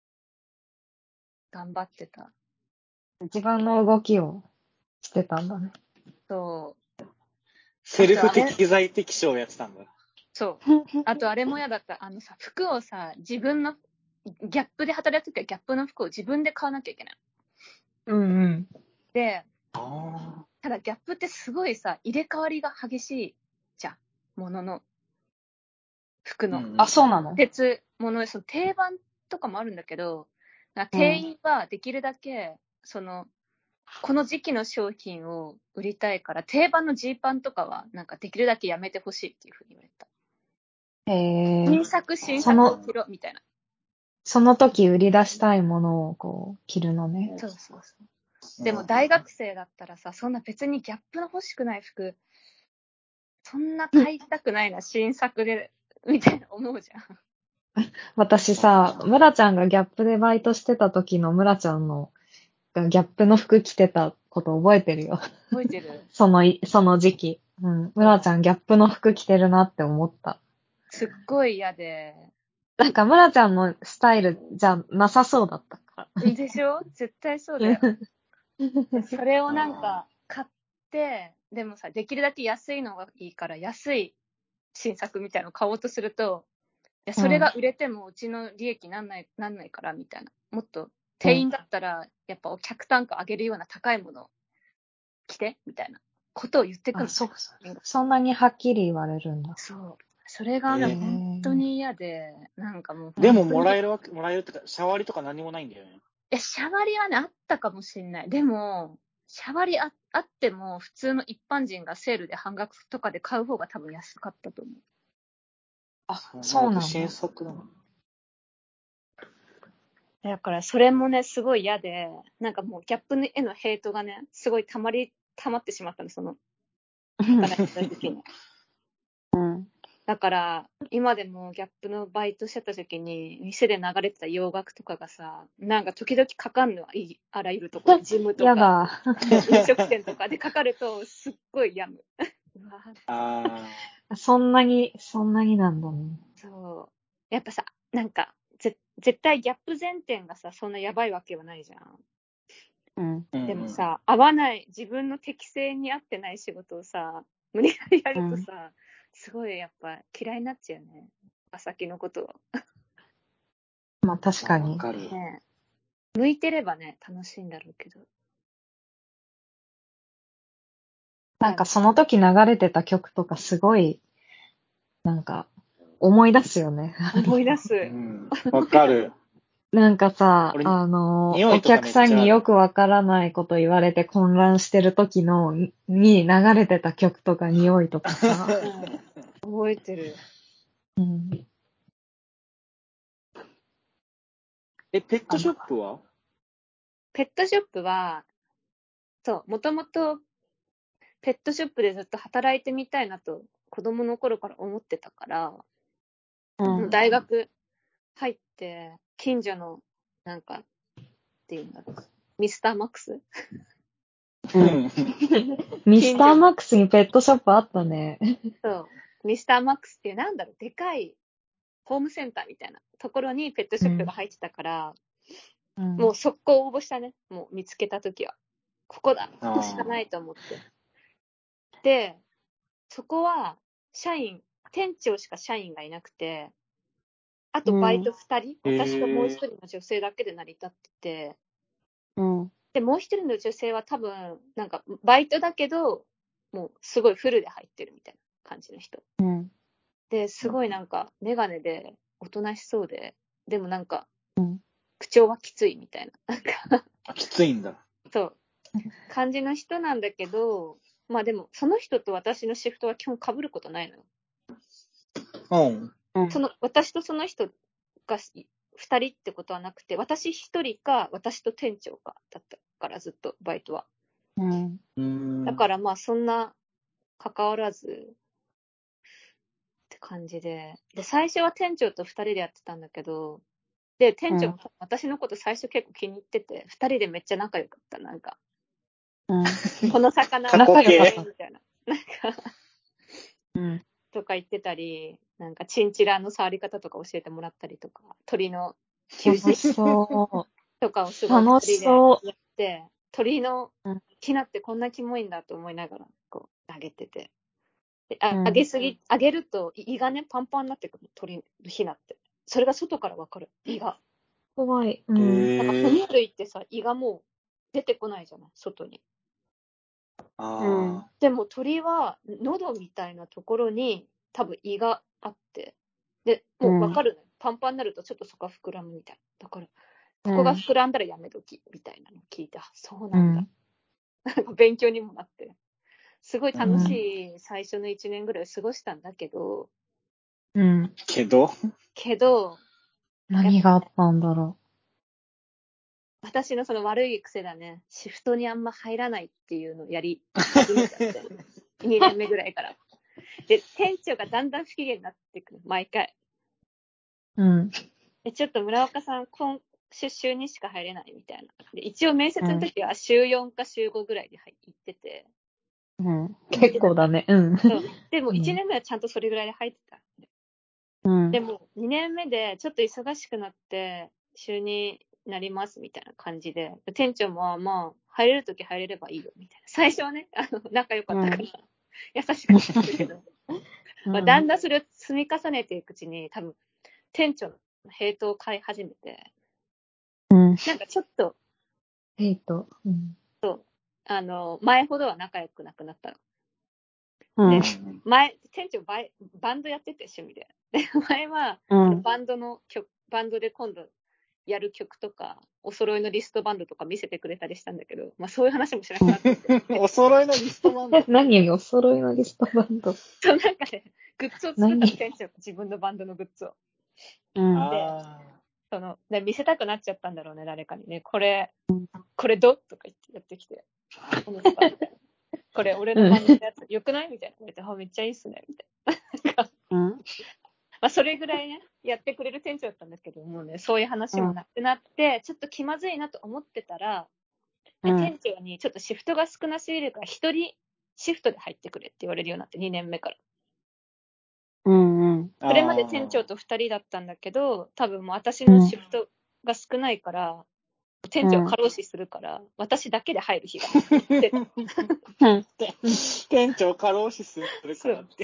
頑張ってた。 自分の動きをしてたんだね。 そう。 セルフ適材適所をやってたんだ。 そう。あとあれも嫌だった。あのさ、服をさ、自分の、ギャップで働くときはギャップの服を自分で買わなきゃいけない。 うんうん。 で、ただギャップってすごいさ、入れ替わりが激しいじゃん。ものの。服の。 うん、あ、そうなの？ 別物で、その定番とかもあるんだけど、店員はできるだけ、うん、その、この時期の商品を売りたいから、定番のジーパンとかは、なんかできるだけやめてほしいっていうふうに言われた。へー。新作、新作を着ろ、みたいな。 その時売り出したいものをこう、着るのね。 そうそうそう。でも大学生だったらさ、そんな別にギャップの欲しくない服、そんな買いたくないな、新作で、みたいな思うじゃん。 私さ、村ちゃんがギャップでバイトしてた時の村ちゃんのギャップの服着てたこと覚えてるよ。 覚えてる？ その、その時期。うん。村ちゃんギャップの服着てるなって思った。 すっごい嫌で。 なんか村ちゃんのスタイルじゃなさそうだったから。 でしょ？絶対そうだよ。それをなんか買って、でもさ、できるだけ安いのがいいから、安い新作みたいなのを買おうとすると、いや、それが売れてもうちの利益なんない、なんないからみたいな。もっと店員だったら、やっぱお客単価上げるような高いものを着て、みたいなことを言ってくる。 そうそう。そんなにはっきり言われるんだ。 そう。それがね、本当に嫌で、なんかもう。 でももらえるわけ、もらえるってか、シャワリとか何もないんだよね。 え、シャワリはね、あったかもしんない。でも、シャワリ あ, あっても、普通の一般人がセールで半額とかで買う方が多分安かったと思う。 あ、そうなんだ。 新作だな。 だから、それもね、すごい嫌で、なんかもうギャップへのヘイトがね、すごい溜まり、溜まってしまったの、その、働いてた時に。うん。だから、今でもギャップのバイトしてた時に、店で流れてた洋楽とかがさ、なんか時々かかんの、あらゆるところ、ジムとか、やだ飲食店とかでかかると、すっごい病む。 ああ。そんなに、そんなになんだね。 そう。やっぱさ、なんか、ぜ絶対ギャップ前提がさ、そんなやばいわけはないじゃん。うん。でもさ、合わない、自分の適性に合ってない仕事をさ、無理やりやるとさ、うん、すごいやっぱ嫌いになっちゃうよね。先のことを。 まあ確かに。 わかる。 ね、向いてればね、楽しいんだろうけど。 なんかその時流れてた曲とかすごい、なんか、思い出すよね。 思い出す。 うん。わかる。 なんかさ、あの、お客さんによくわからないこと言われて混乱してる時の、に流れてた曲とか匂いとかさ。 うん、覚えてる。 うん。 え、ペットショップは？ ペットショップは、そう、もともと、ペットショップでずっと働いてみたいなと、子供の頃から思ってたから、うん、大学入って、近所の、なんか、っていうんだろう、ミスターマックスうん。ミスターマックスにペットショップあったね。 そう。ミスターマックスっていう、なんだろう、でかいホームセンターみたいなところにペットショップが入ってたから、うん、もう速攻応募したね。もう見つけたときは。ここだ。ここしかないと思って。で、そこは、社員、店長しか社員がいなくて、あとバイトふたり、うん、私ともう一人の女性だけで成り立ってて、うん、で、もう一人の女性は多分、なんか、バイトだけど、もうすごいフルで入ってるみたいな感じの人。うん、で、すごいなんか、メガネで、おとなしそうで、でもなんか、うん、口調はきついみたいな。なんかきついんだ。 そう。感じの人なんだけど、まあでも、その人と私のシフトは基本被ることないのよ。うん。その、私とその人が二人ってことはなくて、私一人か、私と店長かだったから、ずっとバイトは。 うん。 だからまあそんな関わらずって感じで。で、最初は店長と二人でやってたんだけど、で、店長も私のこと最初結構気に入ってて、二、うん、人でめっちゃ仲良かった、なんか。うん、この魚は仲良かったみたいな。なんか、 うん。 とか言ってたり、なんかチンチラの触り方とか教えてもらったりとか、鳥の楽しそう。 とかをすごい二人でやって、鳥のヒナってこんなキモいんだと思いながら、こう、投げてて。であ、あげすぎ、あげると胃がね、パンパンになってくる、鳥のヒナって。それが外からわかる、胃が。 怖い。 うん。なんか哺乳類ってさ、胃がもう出てこないじゃない、外に。 ああ。 でも鳥は喉みたいなところに多分胃があって、で、もうわかる、ね、うん、パンパンになるとちょっとそこが膨らむみたいな。だから、ここが膨らんだらやめとき、みたいなのを聞いて、あ、そうなんだ。うん、勉強にもなって。すごい楽しい最初のいちねんぐらいを過ごしたんだけど。 うん。 けどけど、 何があったんだろう。私のその悪い癖だね。シフトにあんま入らないっていうのをやり始めちゃって。にねんめぐらいから。で、店長がだんだん不機嫌になってくる、毎回。 うん。 え、ちょっと村岡さん、今週週にしか入れないみたいな。で、一応面接の時は週よんか週ごぐらいで入ってて。 うん。結構だね。うん。 そう。でもいちねんめはちゃんとそれぐらいで入ってた。うん。でもにねんめでちょっと忙しくなって、週になりますみたいな感じで。店長もまあ、入れる時入れればいいよみたいな。最初はね、あの、仲良かったから、うん、優しくなったけど。うん、まあ、だんだんそれを積み重ねていくうちに、多分、店長のヘイトを買い始めて、うん、なんかちょっと、 ヘイト、うん、 そう、あの、前ほどは仲良くなくなったの。うん、で、前、店長バイ、バンドやってて趣味で。で、前は、うん、そのバンドの曲、バンドで今度やる曲とか、お揃いのリストバンドとか見せてくれたりしたんだけど、まあそういう話もしなくなってて。 お揃いのリストバンド何お揃いのリストバンドそう、なんかね、グッズを作ったの、店長が自分のバンドのグッズを。うん、で、その、で見せたくなっちゃったんだろうね、誰かにね。これ、これどとか言ってやってきて。これ俺のバンドのやつ、うん、よくないみたいな言われて、あ、めっちゃいいっすね、みたいな。うん、まあ、それぐらいね、やってくれる店長だったんですけど、もうね、そういう話もなくなって、うん、ちょっと気まずいなと思ってたら、うん、店長にちょっとシフトが少なすぎるから、一人シフトで入ってくれって言われるようになって、にねんめから。うんうん。それまで店長と二人だったんだけど、多分もう私のシフトが少ないから、うん、店長過労死するから、うん、私だけで入る日が出た。 店長過労死するからって。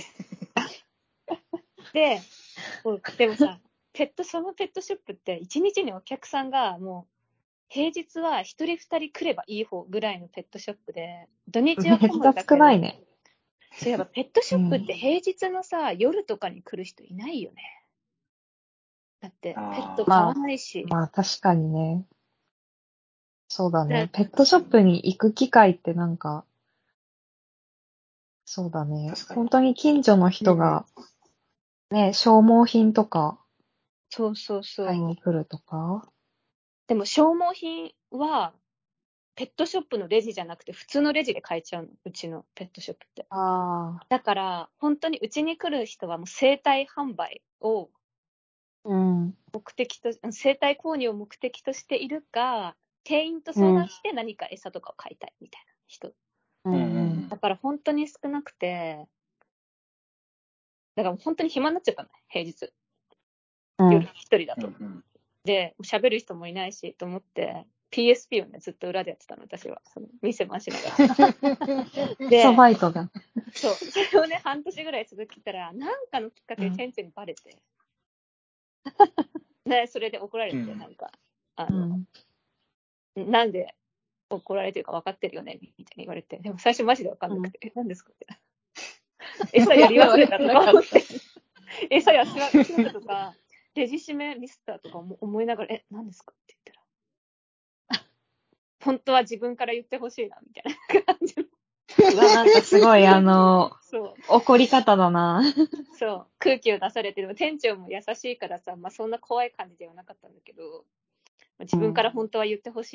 で、でもさ、ペット、そのペットショップって一日にお客さんがもう、平日は一人二人来ればいい方ぐらいのペットショップで、土日は混むんだけど。 少ないね。 そういえばペットショップって平日のさ、うん、夜とかに来る人いないよね。だって、ペット飼わないし。 まあ、まあ、確かにね。そうだね。ペットショップに行く機会ってなんか、そうだね。本当に近所の人が、うん、ね、消耗品とか、 そうそうそう。 買いに来るとか。 でも消耗品は、ペットショップのレジじゃなくて普通のレジで買えちゃうの。うちのペットショップって。 ああ。 だから、本当にうちに来る人はもう生体販売を、 うん。 目的と、生体購入を目的としているか、店員と相談して何か餌とかを買いたいみたいな人。 うん。 だから本当に少なくて、だから本当に暇になっちゃったのね、平日。夜一人だと。うんうん、で、喋る人もいないしと思って、ピーエスピー をね、ずっと裏でやってたの、私は。その店回しながら。 で、ソバイトが。 そう。それをね、半年ぐらい続けたら、なんかのきっかけで店長にバレて。うん、ね、それで怒られて、なんか、あの、うん、なんで怒られてるか分かってるよね、みたいに言われて。でも最初マジで分かんなくて、うん、え、何ですかって。餌やり忘れたとか思って。餌やり忘れたとか、レジ締めミスったとか思いながら、え、何ですかって言ったら。本当は自分から言ってほしいな、みたいな感じの。 なんかすごい、あの、そう怒り方だな。 そう。空気を出されて、でも店長も優しいからさ、まあそんな怖い感じではなかったんだけど、自分から本当は言ってほしい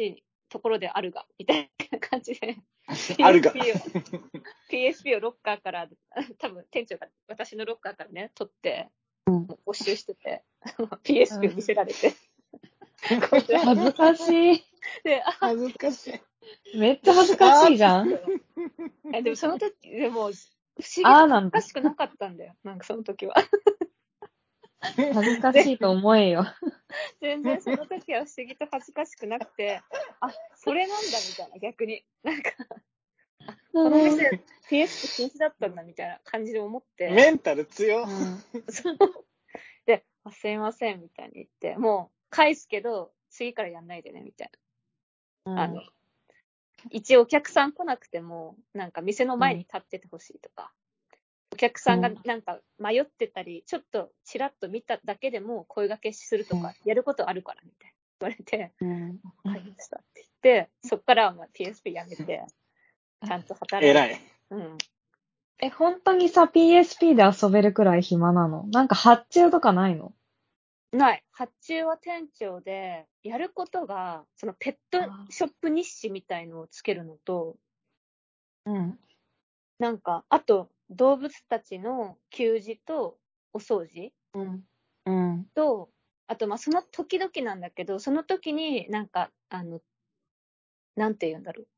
ところであるが、みたいな感じで。 あるが。 ピーエスピー を、ピーエスピー をロッカーから、多分店長が私のロッカーからね、取って、うん、没収してて、ピーエスピー を見せられて。 恥ずかしい。 で、 恥ずかしい。めっちゃ恥ずかしいじゃん。 えでもその時、でも、不思議と恥ずかしくなかったんだよ。なんかその時は。 恥ずかしいと思えよ。 全然その時は不思議と恥ずかしくなくて、あ、それなんだみたいな、逆に。なんか、あ、この店 ピーエスピー 禁止だったんだみたいな感じで思って。 メンタル強。うん、 で、あ、すいませんみたいに言って、もう返すけど、次からやんないでねみたいな。うん、あの、一応お客さん来なくても、なんか店の前に立っててほしいとか、うん、お客さんがなんか迷ってたり、ちょっとチラッと見ただけでも声掛けするとか、やることあるからみたいな言われて、うん、わかりましたって言って、そっからはまあ ピーエスピー やめて、ちゃんと働いて。 偉い。 うん。 え、本当にさ、ピーエスピー で遊べるくらい暇なの？なんか発注とかないの？ ない。発注は店長で、やることが、そのペットショップ日誌みたいのをつけるのと、 うん。 なんか、あと、動物たちの給仕とお掃除、 うん。うん。 と、あと、まあ、その時々なんだけど、その時になんか、あの、なんて言うんだろう。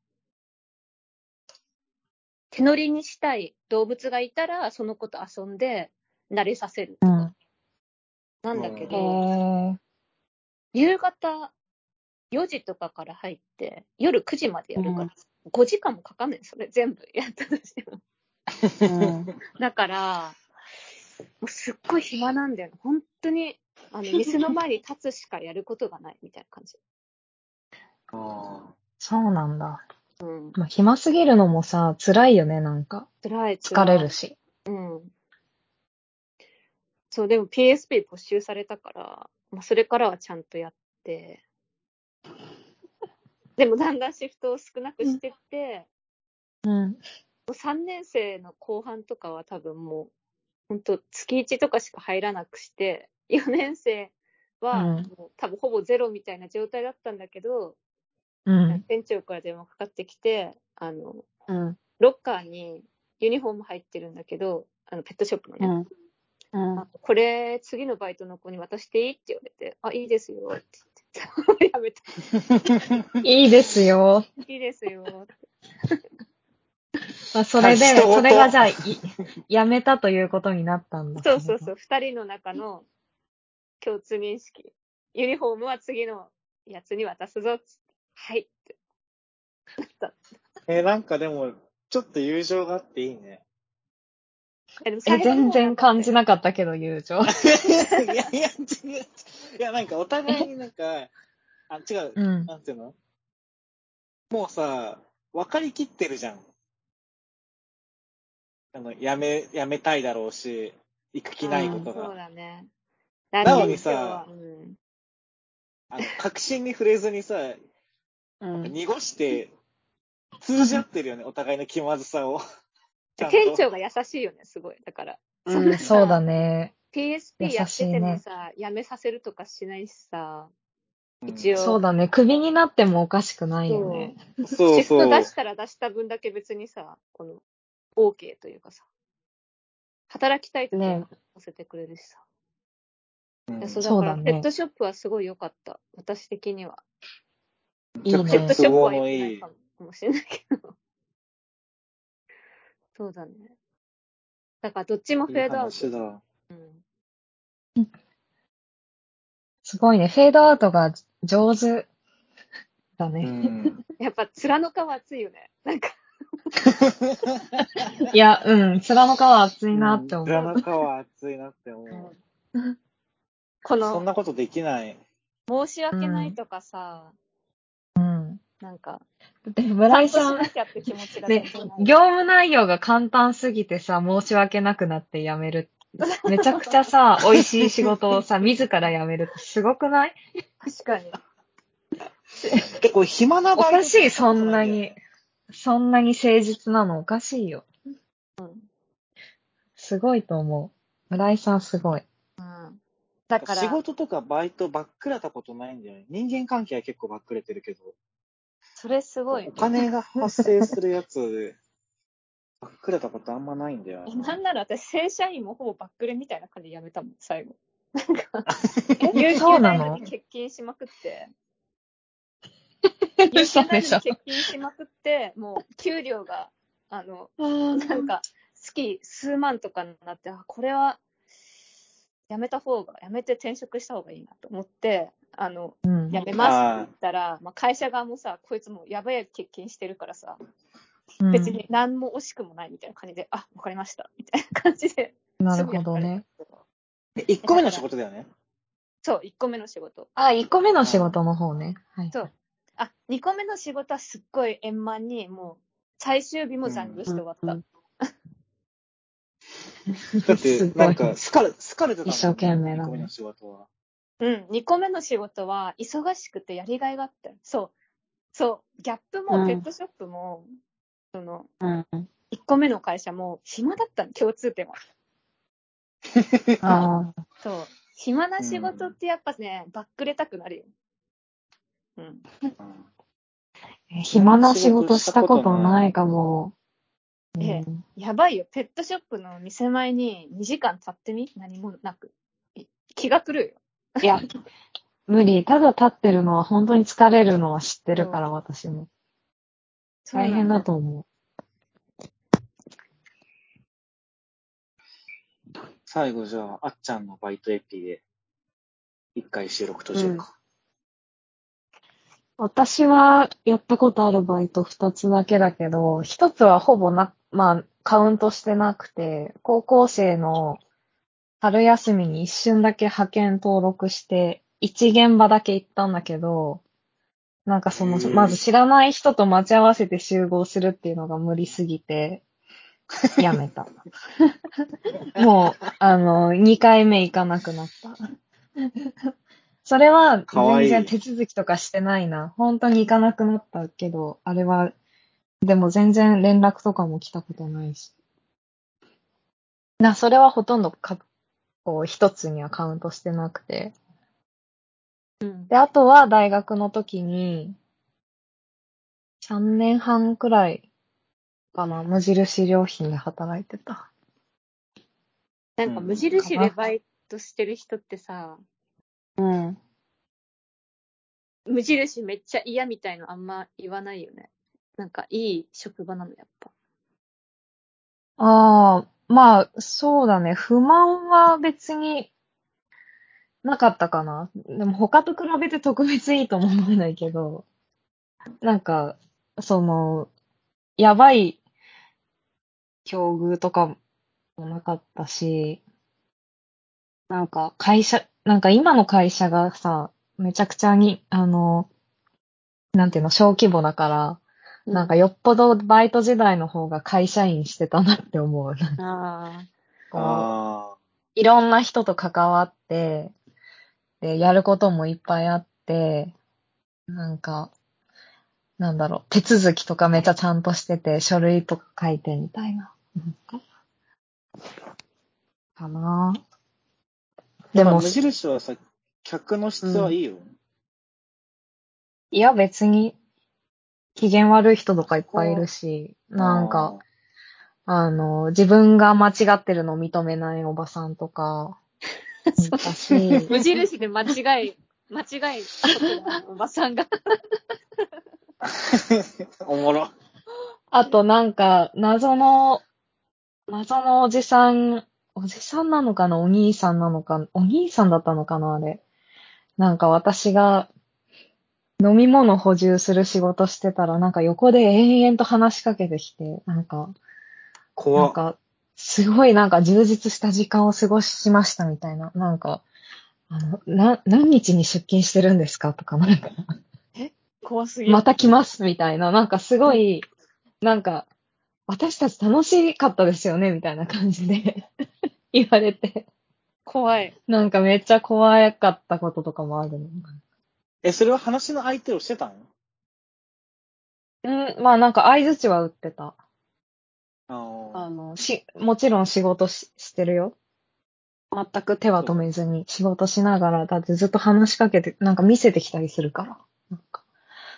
手乗りにしたい動物がいたら、その子と遊んで慣れさせるとか。うん、なんだけど、 うん、 夕方よじとかから入って、夜くじまでやるから、うん、ごじかんもかかんない。それ全部やったとしても。うん、だから、もうすっごい暇なんだよね。本当に、あの、店の前に立つしかやることがないみたいな感じ。 ああ、そうなんだ。うん。まあ、暇すぎるのもさ、辛いよね、なんか。 辛い、 辛い。疲れるし。 うん。そう、でも ピーエスピー 没収されたから、まあ、それからはちゃんとやって、でもだんだんシフトを少なくしてって、うん。もうさんねん生の後半とかは多分もう、本当月いちとかしか入らなくして、よねん生はもう多分ほぼゼロみたいな状態だったんだけど、うん、店長から電話かかってきて、あの、うん、ロッカーにユニフォーム入ってるんだけど、あのペットショップのね、うんうん、これ次のバイトの子に渡していいって言われて、あ、いいですよって言ってやめた。 いいですよ。 いいですよ。 まあ、それで、それがじゃあ、やめたということになったんだ。 そうそうそう。二人の中の共通認識。ユニフォームは次のやつに渡すぞっつって。はいって。なった。 え、なんかでも、ちょっと友情があっていいね。 え、全然感じなかったけど、友情。いやいや、違う。いや、なんかお互いになんか、あ、違う。うん、なんていうの？もうさ、分かりきってるじゃん。あの、やめ、やめたいだろうし、行く気ないことが。 そうだね。 なのにさ、うん、あの、確信に触れずにさ、なんか濁して、通じ合ってるよね、お互いの気まずさを。 店長が優しいよね、すごい。だから。 そんなそうだね。 ピーエスピー やっててもさ、ね、やめさせるとかしないしさ、 一応。そうだね。クビになってもおかしくないよね。 そうそう。シフト出したら出した分だけ別にさ、この、OK というかさ、働きたいときはさせてくれるしさ。ね、そうだから、ペットショップはすごい良かった。私的には。 いいね。 ペットショップは良くないかもしれないけど。そうだね。だからどっちもフェードアウト。いい話だ。 うん。すごいね。フェードアウトが上手だね。うん、 やっぱ、面の皮厚いよね。なんか。 いや、うん。面の皮厚いなって思う。面の皮厚いなって思う。この、そんなことできない。 申し訳ないとかさ、 うん。 なんか、 で、村井さん、 ね、 業務内容が簡単すぎてさ、申し訳なくなって辞める。めちゃくちゃさ、美味しい仕事をさ、自ら辞めるってすごくない？ 確かに。 結構暇なバイトおかしい、そんなに。そんなに誠実なのおかしいよ。うん。すごいと思う。村井さんすごい。 うん。だから。仕事とかバイトばっくれたことないんだよね。人間関係は結構ばっくれてるけど。 それすごい、 ね。お金が発生するやつで、バックれたことあんまないんだよな。なんなら私、正社員もほぼバックレみたいな感じで辞めたもん、最後。なんか、有給代に欠勤しまくって、有給代に欠勤しまくって、もう給料が、あの、なんか、月数万とかになって、あ、これは、辞めた方が、辞めて転職した方がいいなと思って、あの、うん、辞めますって言ったら、まあ、会社側もさ、こいつもやばい欠勤してるからさ、うん、別に何も惜しくもないみたいな感じで、あ、わかりました、みたいな感じで。 なるほどね。 いっこめの仕事だよね。 そう、いっこめの仕事。 あ、いっこめの仕事の方ね。はい。 そう。あ、にこめの仕事はすっごい円満に、もう、最終日も残業して終わった。うんうんだって、なんか、好かれ、好かれてたもんね。 一生懸命な。にこめの仕事は。 うん、にこめの仕事は、忙しくてやりがいがあった。そう。そう。ギャップも、ペットショップも、うん、その、うん、いっこめの会社も、暇だったの、共通点は。あそう。暇な仕事ってやっぱね、バックれたくなるよ。うん。 暇な仕事したことないかも。 え、うん、やばいよ。ペットショップの店前ににじかん立ってみ？何もなく。気が狂うよ。 いや、無理。ただ立ってるのは本当に疲れるのは知ってるから、私も。大変だと思う。 最後じゃあ、あっちゃんのバイトエピで、一回収録途中か。 うん、私はやったことあるバイト二つだけだけど、一つはほぼな、まあ、カウントしてなくて、高校生の春休みに一瞬だけ派遣登録して、一現場だけ行ったんだけど、なんかその、まず知らない人と待ち合わせて集合するっていうのが無理すぎて、やめた。もう、あの、二回目行かなくなった。それは全然手続きとかしてないな。本当に行かなくなったけど、あれは、でも全然連絡とかも来たことないし。な、それはほとんどか、こう、一つにはカウントしてなくて。うん、で、あとは大学の時に、さんねんはんくらいかな、無印良品で働いてた。 なんか無印でバイトしてる人ってさ、うん。無印めっちゃ嫌みたいのあんま言わないよね。なんかいい職場なの、やっぱ。 ああ、まあ、そうだね。不満は別になかったかな。でも他と比べて特別いいとも思えないけど、なんか、その、やばい境遇とかもなかったし、なんか会社、なんか今の会社がさ、めちゃくちゃに、あの、なんていうの、小規模だから、うん、なんかよっぽどバイト時代の方が会社員してたなって思う。ああ。いろんな人と関わって、で、やることもいっぱいあって、なんか、なんだろう、手続きとかめちゃちゃんとしてて、書類とか書いてみたいな。かなぁ。でも、無印はさ、客の質はいいよ。うん、 いや、別に、機嫌悪い人とかいっぱいいるし、なんか、あの、自分が間違ってるのを認めないおばさんとか、 いたし。無印で間違い、間違い、おばさんが。 おもろ。 あとなんか、謎の、謎のおじさん、おじさんなのかなお兄さんなのかお兄さんだったのかなあれ。なんか私が飲み物補充する仕事してたら、なんか横で延々と話しかけてきて、なんか、怖なんか、すごいなんか充実した時間を過ごしましたみたいな。なんか、あの、な、何日に出勤してるんですかとか、なんか。 え怖すぎる。 また来ますみたいな。なんかすごい、なんか、私たち楽しかったですよねみたいな感じで言われて。 怖い。 なんかめっちゃ怖かったこととかもあるの。 え、それは話の相手をしてたの？ うん、まあなんか相槌は打ってた。 ああの、し、もちろん仕事ししてるよ。全く手は止めずに仕事しながら、だってずっと話しかけて、なんか見せてきたりするから。なんか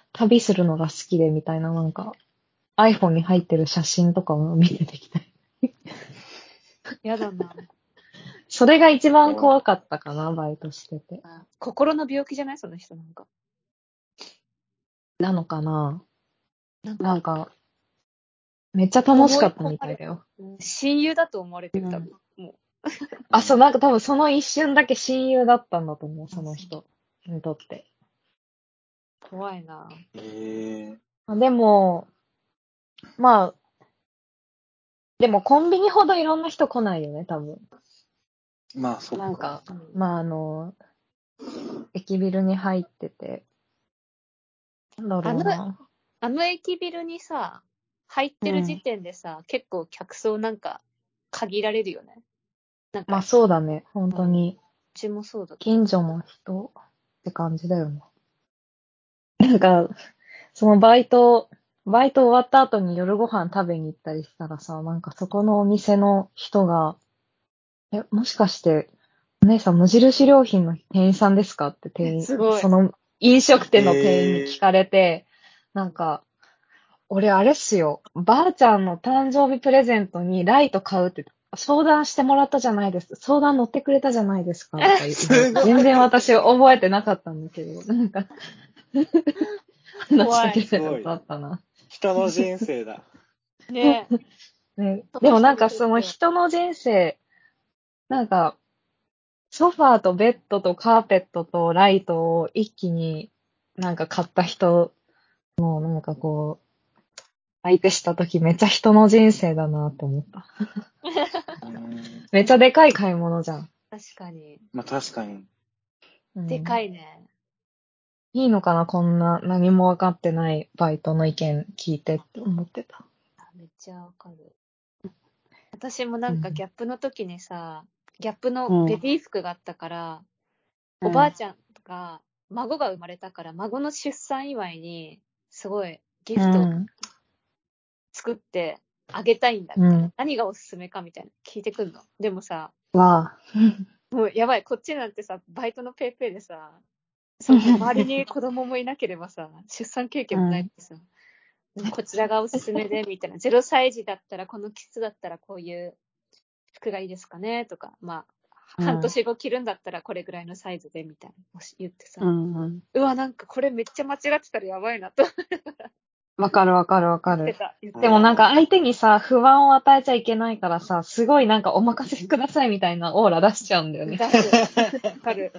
旅するのが好きでみたいな、なんか、iPhone に入ってる写真とかを見ててきたい。 やだな。 それが一番怖かったかな、バイトしてて。 心の病気じゃないその人なんか。 なのかななんか、 なんかめっちゃ楽しかったみたいだよ。 親友だと思われてる、多分。うん、もう。 あ、そう、なんか多分その一瞬だけ親友だったんだと思う、その人にとって。 怖いな。 へえ。でも、まあ、でもコンビニほどいろんな人来ないよね、多分。 まあ、そっか。 なんか、まああの、駅ビルに入ってて、なんだろうな。 あの、あの駅ビルにさ、入ってる時点でさ、うん、結構客層なんか限られるよね。 なんかまあそうだね、本当に。うちもそうだった。 近所の人って感じだよね。なんか、そのバイト、バイト終わった後に夜ご飯食べに行ったりしたらさ、なんかそこのお店の人が、え、もしかして、お姉さん無印良品の店員さんですかって店員、 すごい。 その飲食店の店員に聞かれて、なんか、俺あれっすよ、ばあちゃんの誕生日プレゼントにライト買うって相談してもらったじゃないですか。相談乗ってくれたじゃないですか。とか言って全然私覚えてなかったんだけど、なんか話しかけたことあったな。 人の人生だ。 ねえ。ね、でもなんかその人の人生、なんか、ソファーとベッドとカーペットとライトを一気になんか買った人のなんかこう、相手したときめっちゃ人の人生だなって思った。めっちゃでかい買い物じゃん。 確かに。 まあ確かに。 うん、でかいね。 いいのかなこんな何も分かってないバイトの意見聞いてって思ってた。 めっちゃわかる。私もなんかギャップの時にさ、うん、ギャップのベビー服があったから、うん、おばあちゃんが、孫が生まれたから、孫の出産祝いに、すごいギフトを作ってあげたいんだみたいな、うん。何がおすすめかみたいな聞いてくんの。でもさ、 わあ、もうやばい、こっちなんてさ、バイトのペイペイでさ、その周りに子供もいなければさ、出産経験もないってさ、うん、こちらがおすすめで、みたいな。ゼロさい児だったら、この季節だったらこういう服がいいですかねとか、まあ、半年後着るんだったらこれぐらいのサイズで、みたいな。言ってさ、うんうん、うわ、なんかこれめっちゃ間違ってたらやばいなと。 わかるわかるわかる。でもなんか相手にさ、不安を与えちゃいけないからさ、すごいなんかお任せくださいみたいなオーラ出しちゃうんだよね。 出す。わかる。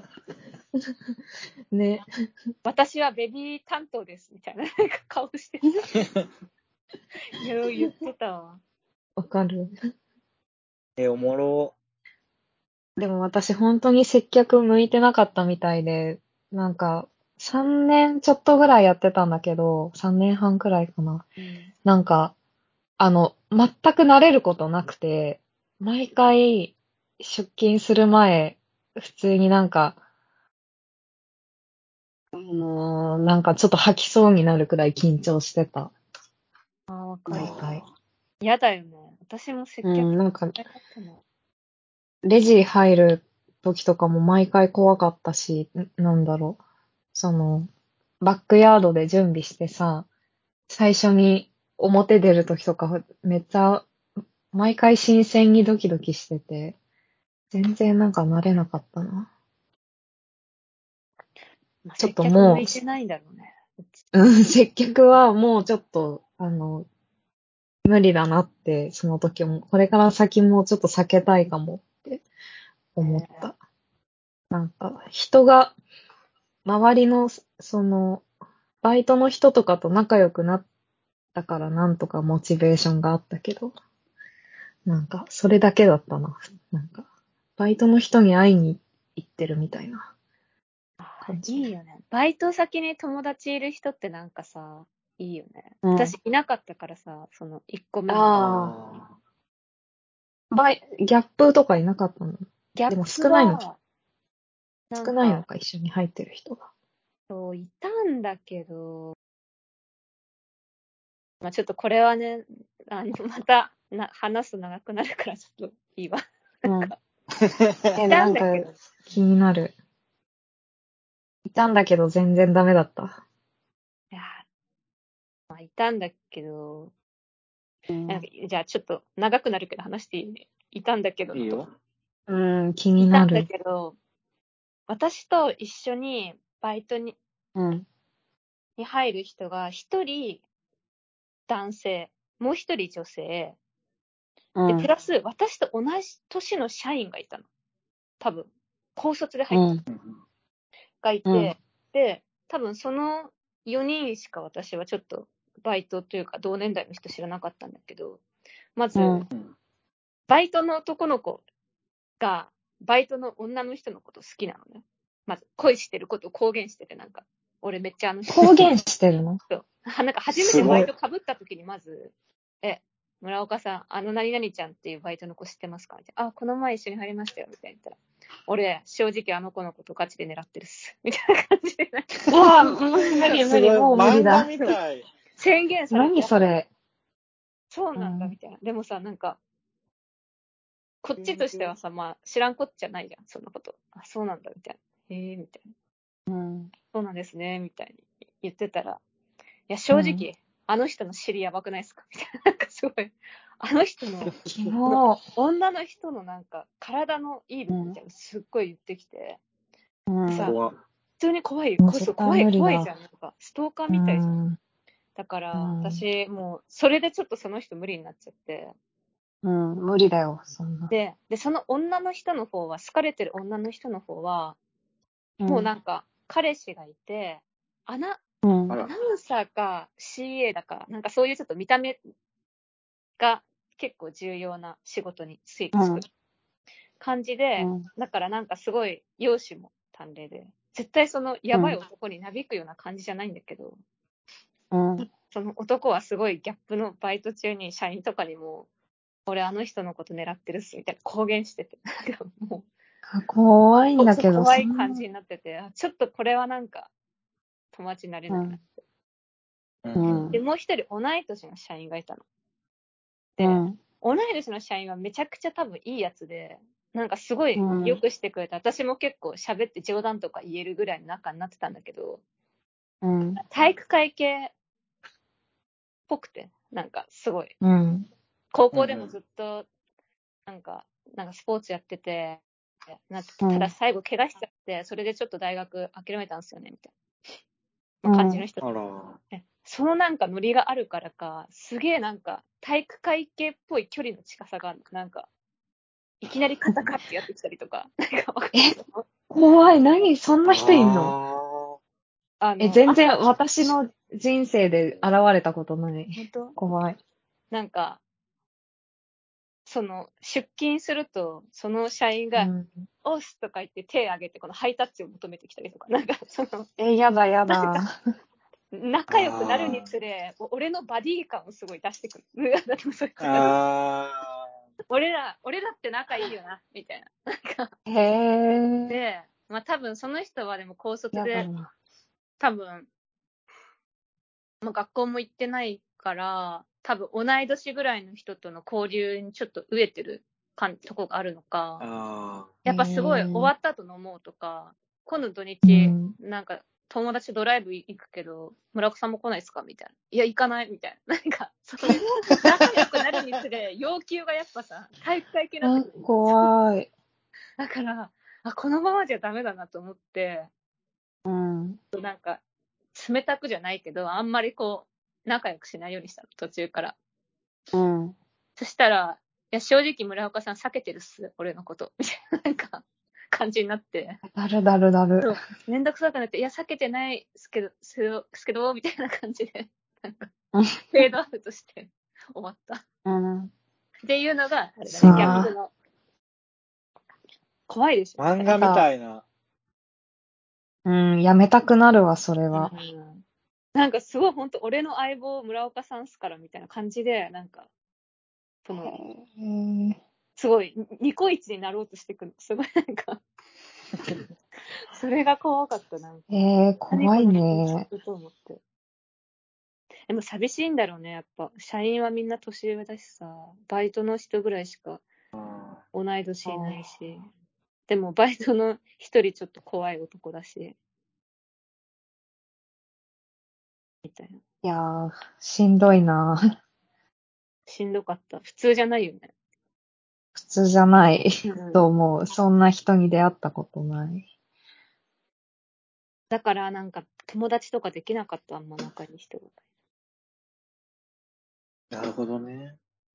ね。 私はベビー担当です、みたいな顔してた。いや、言ってたわ。 わかる。 え、おもろ。 でも私本当に接客向いてなかったみたいで、なんか、さんねんちょっとぐらいやってたんだけど、さんねんはんくらいかな。うん、なんか、あの、全く慣れることなくて、毎回出勤する前、普通になんか、もう、なんかちょっと吐きそうになるくらい緊張してた。 ああ、わかる。嫌だよね。私も接客、うん、 なんか、レジ入る時とかも毎回怖かったし、なんだろう。その、バックヤードで準備してさ、最初に表出る時とかめっちゃ、毎回新鮮にドキドキしてて、全然なんか慣れなかったな。 まあ、ちょっともう。向いてないんだろうね。 うん、接客はもうちょっと、あの、無理だなって、その時も、これから先もちょっと避けたいかもって思った。なんか、人が、周りの、その、バイトの人とかと仲良くなったからなんとかモチベーションがあったけど、なんか、それだけだったな。なんか、バイトの人に会いに行ってるみたいな感じ。 いいよね。バイト先に友達いる人ってなんかさ、いいよね。うん、私いなかったからさ、そのいっこめの。 ああ。バイ、ギャップとかいなかったの？ギャップでも少ないのか。少ないのか、一緒に入ってる人が。 そう、いたんだけど、まあちょっとこれはね、あの、また、な、話すと長くなるからちょっといいわ。うん。 え、なんか気になる。いたんだけど全然ダメだった。 いや、 たんだけど、 うん、 なんかじゃあちょっと長くなるけど話していいね。いたんだけど。 いいよ。 うん、気になる。 いたんだけど、私と一緒にバイトに、 うん、 に入る人が一人男性、もう一人女性、 うん、 で、プラス私と同じ年の社員がいたの。多分、高卒で入ったうん、 がいて、 うん、 で、多分そのよにんしか私はちょっとバイトというか同年代の人知らなかったんだけど、まず、 うん、 バイトの男の子が、バイトの女の人のこと好きなのね。まず、恋してることを公言してて、なんか、俺めっちゃあの人。 公言してるの？ そう。なんか初めてバイト被った時にまず、え、村岡さん、あの何々ちゃんっていうバイトの子知ってますかみたいな。あ、この前一緒に入りましたよ、みたいな言ったら。俺、正直あの子のことガチで狙ってるっす。みたいな感じで。 うわ、無理無理、もう無理だ。 漫画みたい。 宣言されて。 何それ。 そうなんだ、みたいな。でもさ、なんか、こっちとしてはさ、まあ、知らんこっちゃないじゃん、そんなこと。あ、そうなんだ、みたいな。へえ、みたいな。 うん。 そうなんですね、みたいに言ってたら、いや、正直、うん、あの人の尻やばくないですかみたいな。なんかすごい、あの人の、 キモ女の人のなんか、体のいい部分みたいなのすっごい言ってきて、 うん、 でさ、 怖普通に怖い、 うん、 こそ怖い、怖いじゃん。なんか、ストーカーみたいじゃん。うん、だから、うん、私、もう、それでちょっとその人無理になっちゃって。 うん、無理だよ、そんな。 で、で、その女の人の方は、好かれてる女の人の方は、うん、もうなんか、彼氏がいて、アナ、うん、アナウンサーか シーエー だか、なんかそういうちょっと見た目が結構重要な仕事に就いてくる感じで、うん、だからなんかすごい容姿も端麗で、絶対そのやばい男になびくような感じじゃないんだけど、うん、その男はすごいギャップのバイト中に社員とかにも、俺あの人のこと狙ってるっすみたいな公言してて、なんかもう怖いんだけど、 怖い感じになってて、ちょっとこれはなんか友達になれないなって。うん、で、もう一人同い年の社員がいたの。で、うん、同い年の社員はめちゃくちゃ多分いいやつで、なんかすごいよくしてくれた。うん、私も結構喋って冗談とか言えるぐらいの仲になってたんだけど、うん、体育会系っぽくて、なんかすごい。うん、高校でもずっと、なんか、なんかスポーツやってて、なってただ最後怪我しちゃって、それでちょっと大学諦めたんですよね、みたいな感じの人。うん、そのなんかノリがあるからか、すげえなんか体育会系っぽい距離の近さがある。なんか、いきなり肩カッてやってきたりとか。なんかえ、怖い。何そんな人いんの？あのえ、全然私の人生で現れたことない。 本当？ 怖い。 なんか、その、出勤すると、その社員が、うん、オスとか言って手挙げて、このハイタッチを求めてきたりとか、なんか、その、 え、やだやだ。 仲良くなるにつれ、俺のバディ感をすごい出してくる。俺ら、俺らって仲いいよな、みたいな。なんかへー。 で、まあ多分その人はでも高卒で、多分、まあ、学校も行ってないから、多分同い年ぐらいの人との交流にちょっと飢えてるかんとこがあるのか、 あやっぱすごい終わった後飲もうとか、今度土日、なんか友達ドライブ行くけど、村岡さんも来ないですかみたいな。いや、行かないみたいな。なんか、そういう、仲良くなるにつれ、要求がやっぱさ、体育会系になってくる。 怖い。 だから、あ、このままじゃダメだなと思って、 うん。 なんか、冷たくじゃないけど、あんまりこう、仲良くしないようにしたの、途中から。 うん。 そしたら、いや、正直村岡さん避けてるっす、俺のこと。みたいな、なんか、感じになって。 だるだるだる。 そう。めんどくさくなって、いや、避けてないっすけど、すけど、みたいな感じで、なんか、フェードアウトして終わった。 うん。 っていうのが、あれだね、ギャップの。怖いでしょ。 漫画みたいな。 うん、やめたくなるわ、それは。 うん、なんかすごい本当俺の相棒村岡さんっすからみたいな感じで、なんか、その、すごい、ニコイチになろうとしてくる。すごいなんか、それが怖かったな。 えー、怖いね。 と思って。でも寂しいんだろうね、やっぱ。社員はみんな年上だしさ、バイトの人ぐらいしか同い年いないし。でもバイトの一人ちょっと怖い男だし。 みたいな。 いやー、しんどいな。 しんどかった。普通じゃないよね。 普通じゃないうんと思う。そんな人に出会ったことない。 だからなんか友達とかできなかった、あんま仲いい人が。 なるほどね。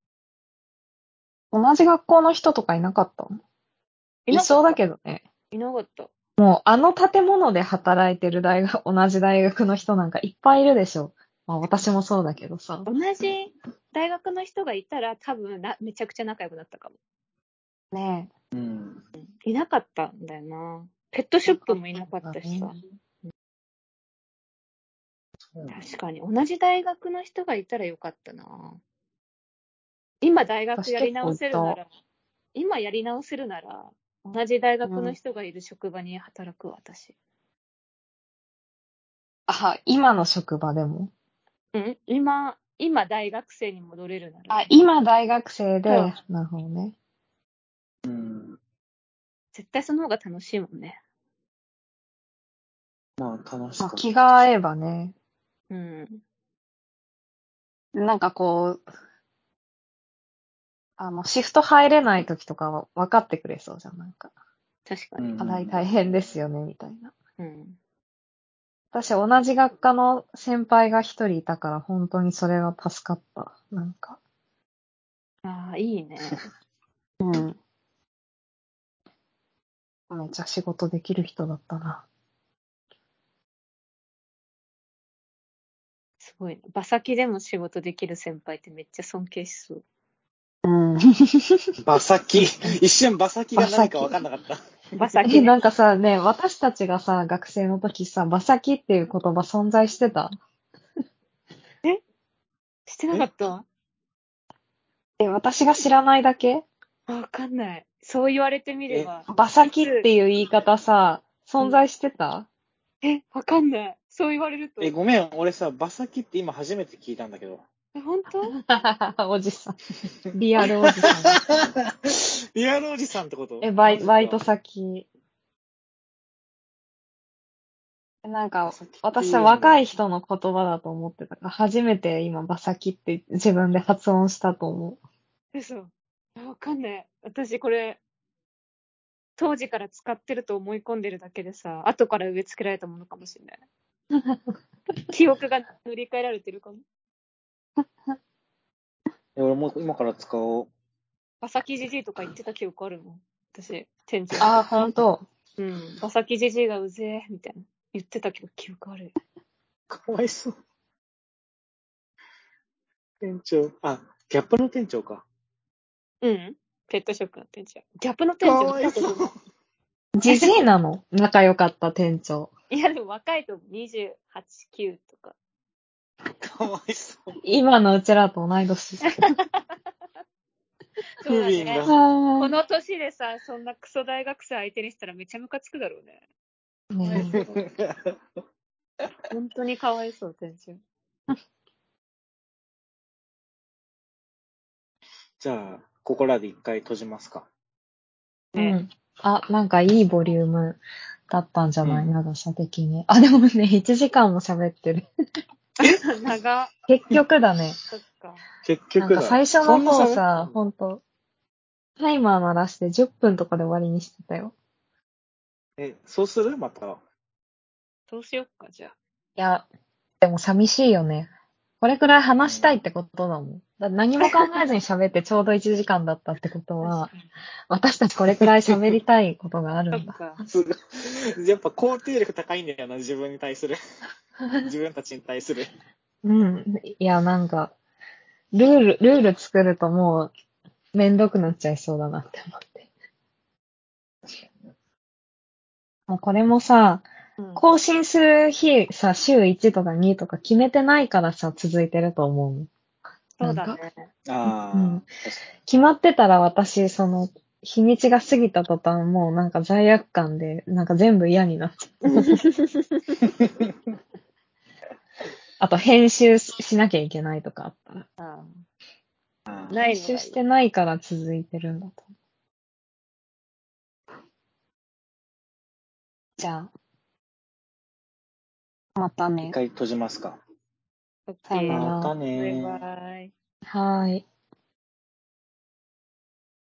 同じ学校の人とかいなかったの？いそうだけどね。 いなかった。 もうあの建物で働いてる大学、同じ大学の人なんかいっぱいいるでしょ。まあ私もそうだけどさ。 同じ大学の人がいたら多分なめちゃくちゃ仲良くなったかも。 ねうん。 いなかったんだよな。ペットショップもいなかったしさ。確かに同じ大学の人がいたらよかったな。今大学やり直せるなら、今やり直せるなら、同じ大学の人がいる職場に働く私。 あ、今の職場でも。 うん今、今大学生に戻れるなら。 あ、今大学生で、なるほどね。 うん。 絶対その方が楽しいもんね。 まあ楽しかった。 気が合えばね。 うん。 なんかこう、あの、シフト入れない時とかは分かってくれそうじゃん、なんか。 確かに。 課題大変ですよね、みたいな。 うん。 私、同じ学科の先輩が一人いたから、本当にそれは助かった。なんか。 ああ、いいね。 うん。めっちゃ仕事できる人だったな。 すごいね。馬先でも仕事できる先輩ってめっちゃ尊敬しそう。 うん。 馬先。一瞬馬先が何か分かんなかった。 馬先、ね。 なんかさ、ね、私たちがさ、学生の時さ、馬先っていう言葉存在してた？ えしてなかった？ え、私が知らないだけ？ わかんない。そう言われてみれば。 馬先っていう言い方さ、存在してた？ え、わかんない。そう言われると。 え、ごめん、俺さ、馬先って今初めて聞いたんだけど。 え、本当？ おじさん。リアルおじさん。 リアルおじさんってこと？ え、バイバイト先。なんか、私は若い人の言葉だと思ってたから、初めて今、馬先って自分で発音したと思う。 嘘。わかんない。私これ、当時から使ってると思い込んでるだけでさ、後から植え付けられたものかもしれない。記憶が塗り替えられてるかも。 俺も今から使おう。 馬先じじいとか言ってた記憶あるもん。私、店長。 あ、ほんと。 うん。馬先じじいがうぜえ、みたいな。言ってたけど記憶ある。 かわいそう。店長。あ、ギャップの店長か。 うん。ペットショップの店長。ギャップの店長見たことない。 じじいなの？仲良かった店長。 いや、でも若いとにじゅうはち、きゅうとか。 かわいそう。 今のうちらと同い年。 そうだね。 がこの年でさ、そんなクソ大学生相手にしたらめちゃムカつくだろうね。 ね本当にかわいそう、店長。 じゃあ、ここらで一回閉じますか。 うん。あ、なんかいいボリュームだったんじゃない、 うん、 長さ的に。あ、でもね、いちじかんも喋ってる。 長。 結局だね。 そっか。 結局だ。 なんか最初の方そさ、ほんと、タイマー鳴らしてじゅっぷんとかで終わりにしてたよ。 え、そうするまた。 そうしよっか、じゃあ。 いや、でも寂しいよね。これくらい話したいってことだもん。だ何も考えずに喋ってちょうどいちじかんだったってことは、私たちこれくらい喋りたいことがあるんだ。 すごい。やっぱ肯定力高いんだよな、自分に対する。自分たちに対する。 うん。いや、なんか、ルール、ルール作るともう、めんどくなっちゃいそうだなって思って。もうこれもさ、更新する日さ、週いちとかにとか決めてないからさ、続いてると思う。 そうだね。 ああ、 うん。決まってたら私、その、日にちが過ぎた途端もうなんか罪悪感で、なんか全部嫌になっちゃう。あと編集しなきゃいけないとかあったら。 ああ編集してないから続いてるんだと。じゃあ、またね。 一回閉じますか。 オッさよケー。 なら。 またねバイー。 バイ。 はーい。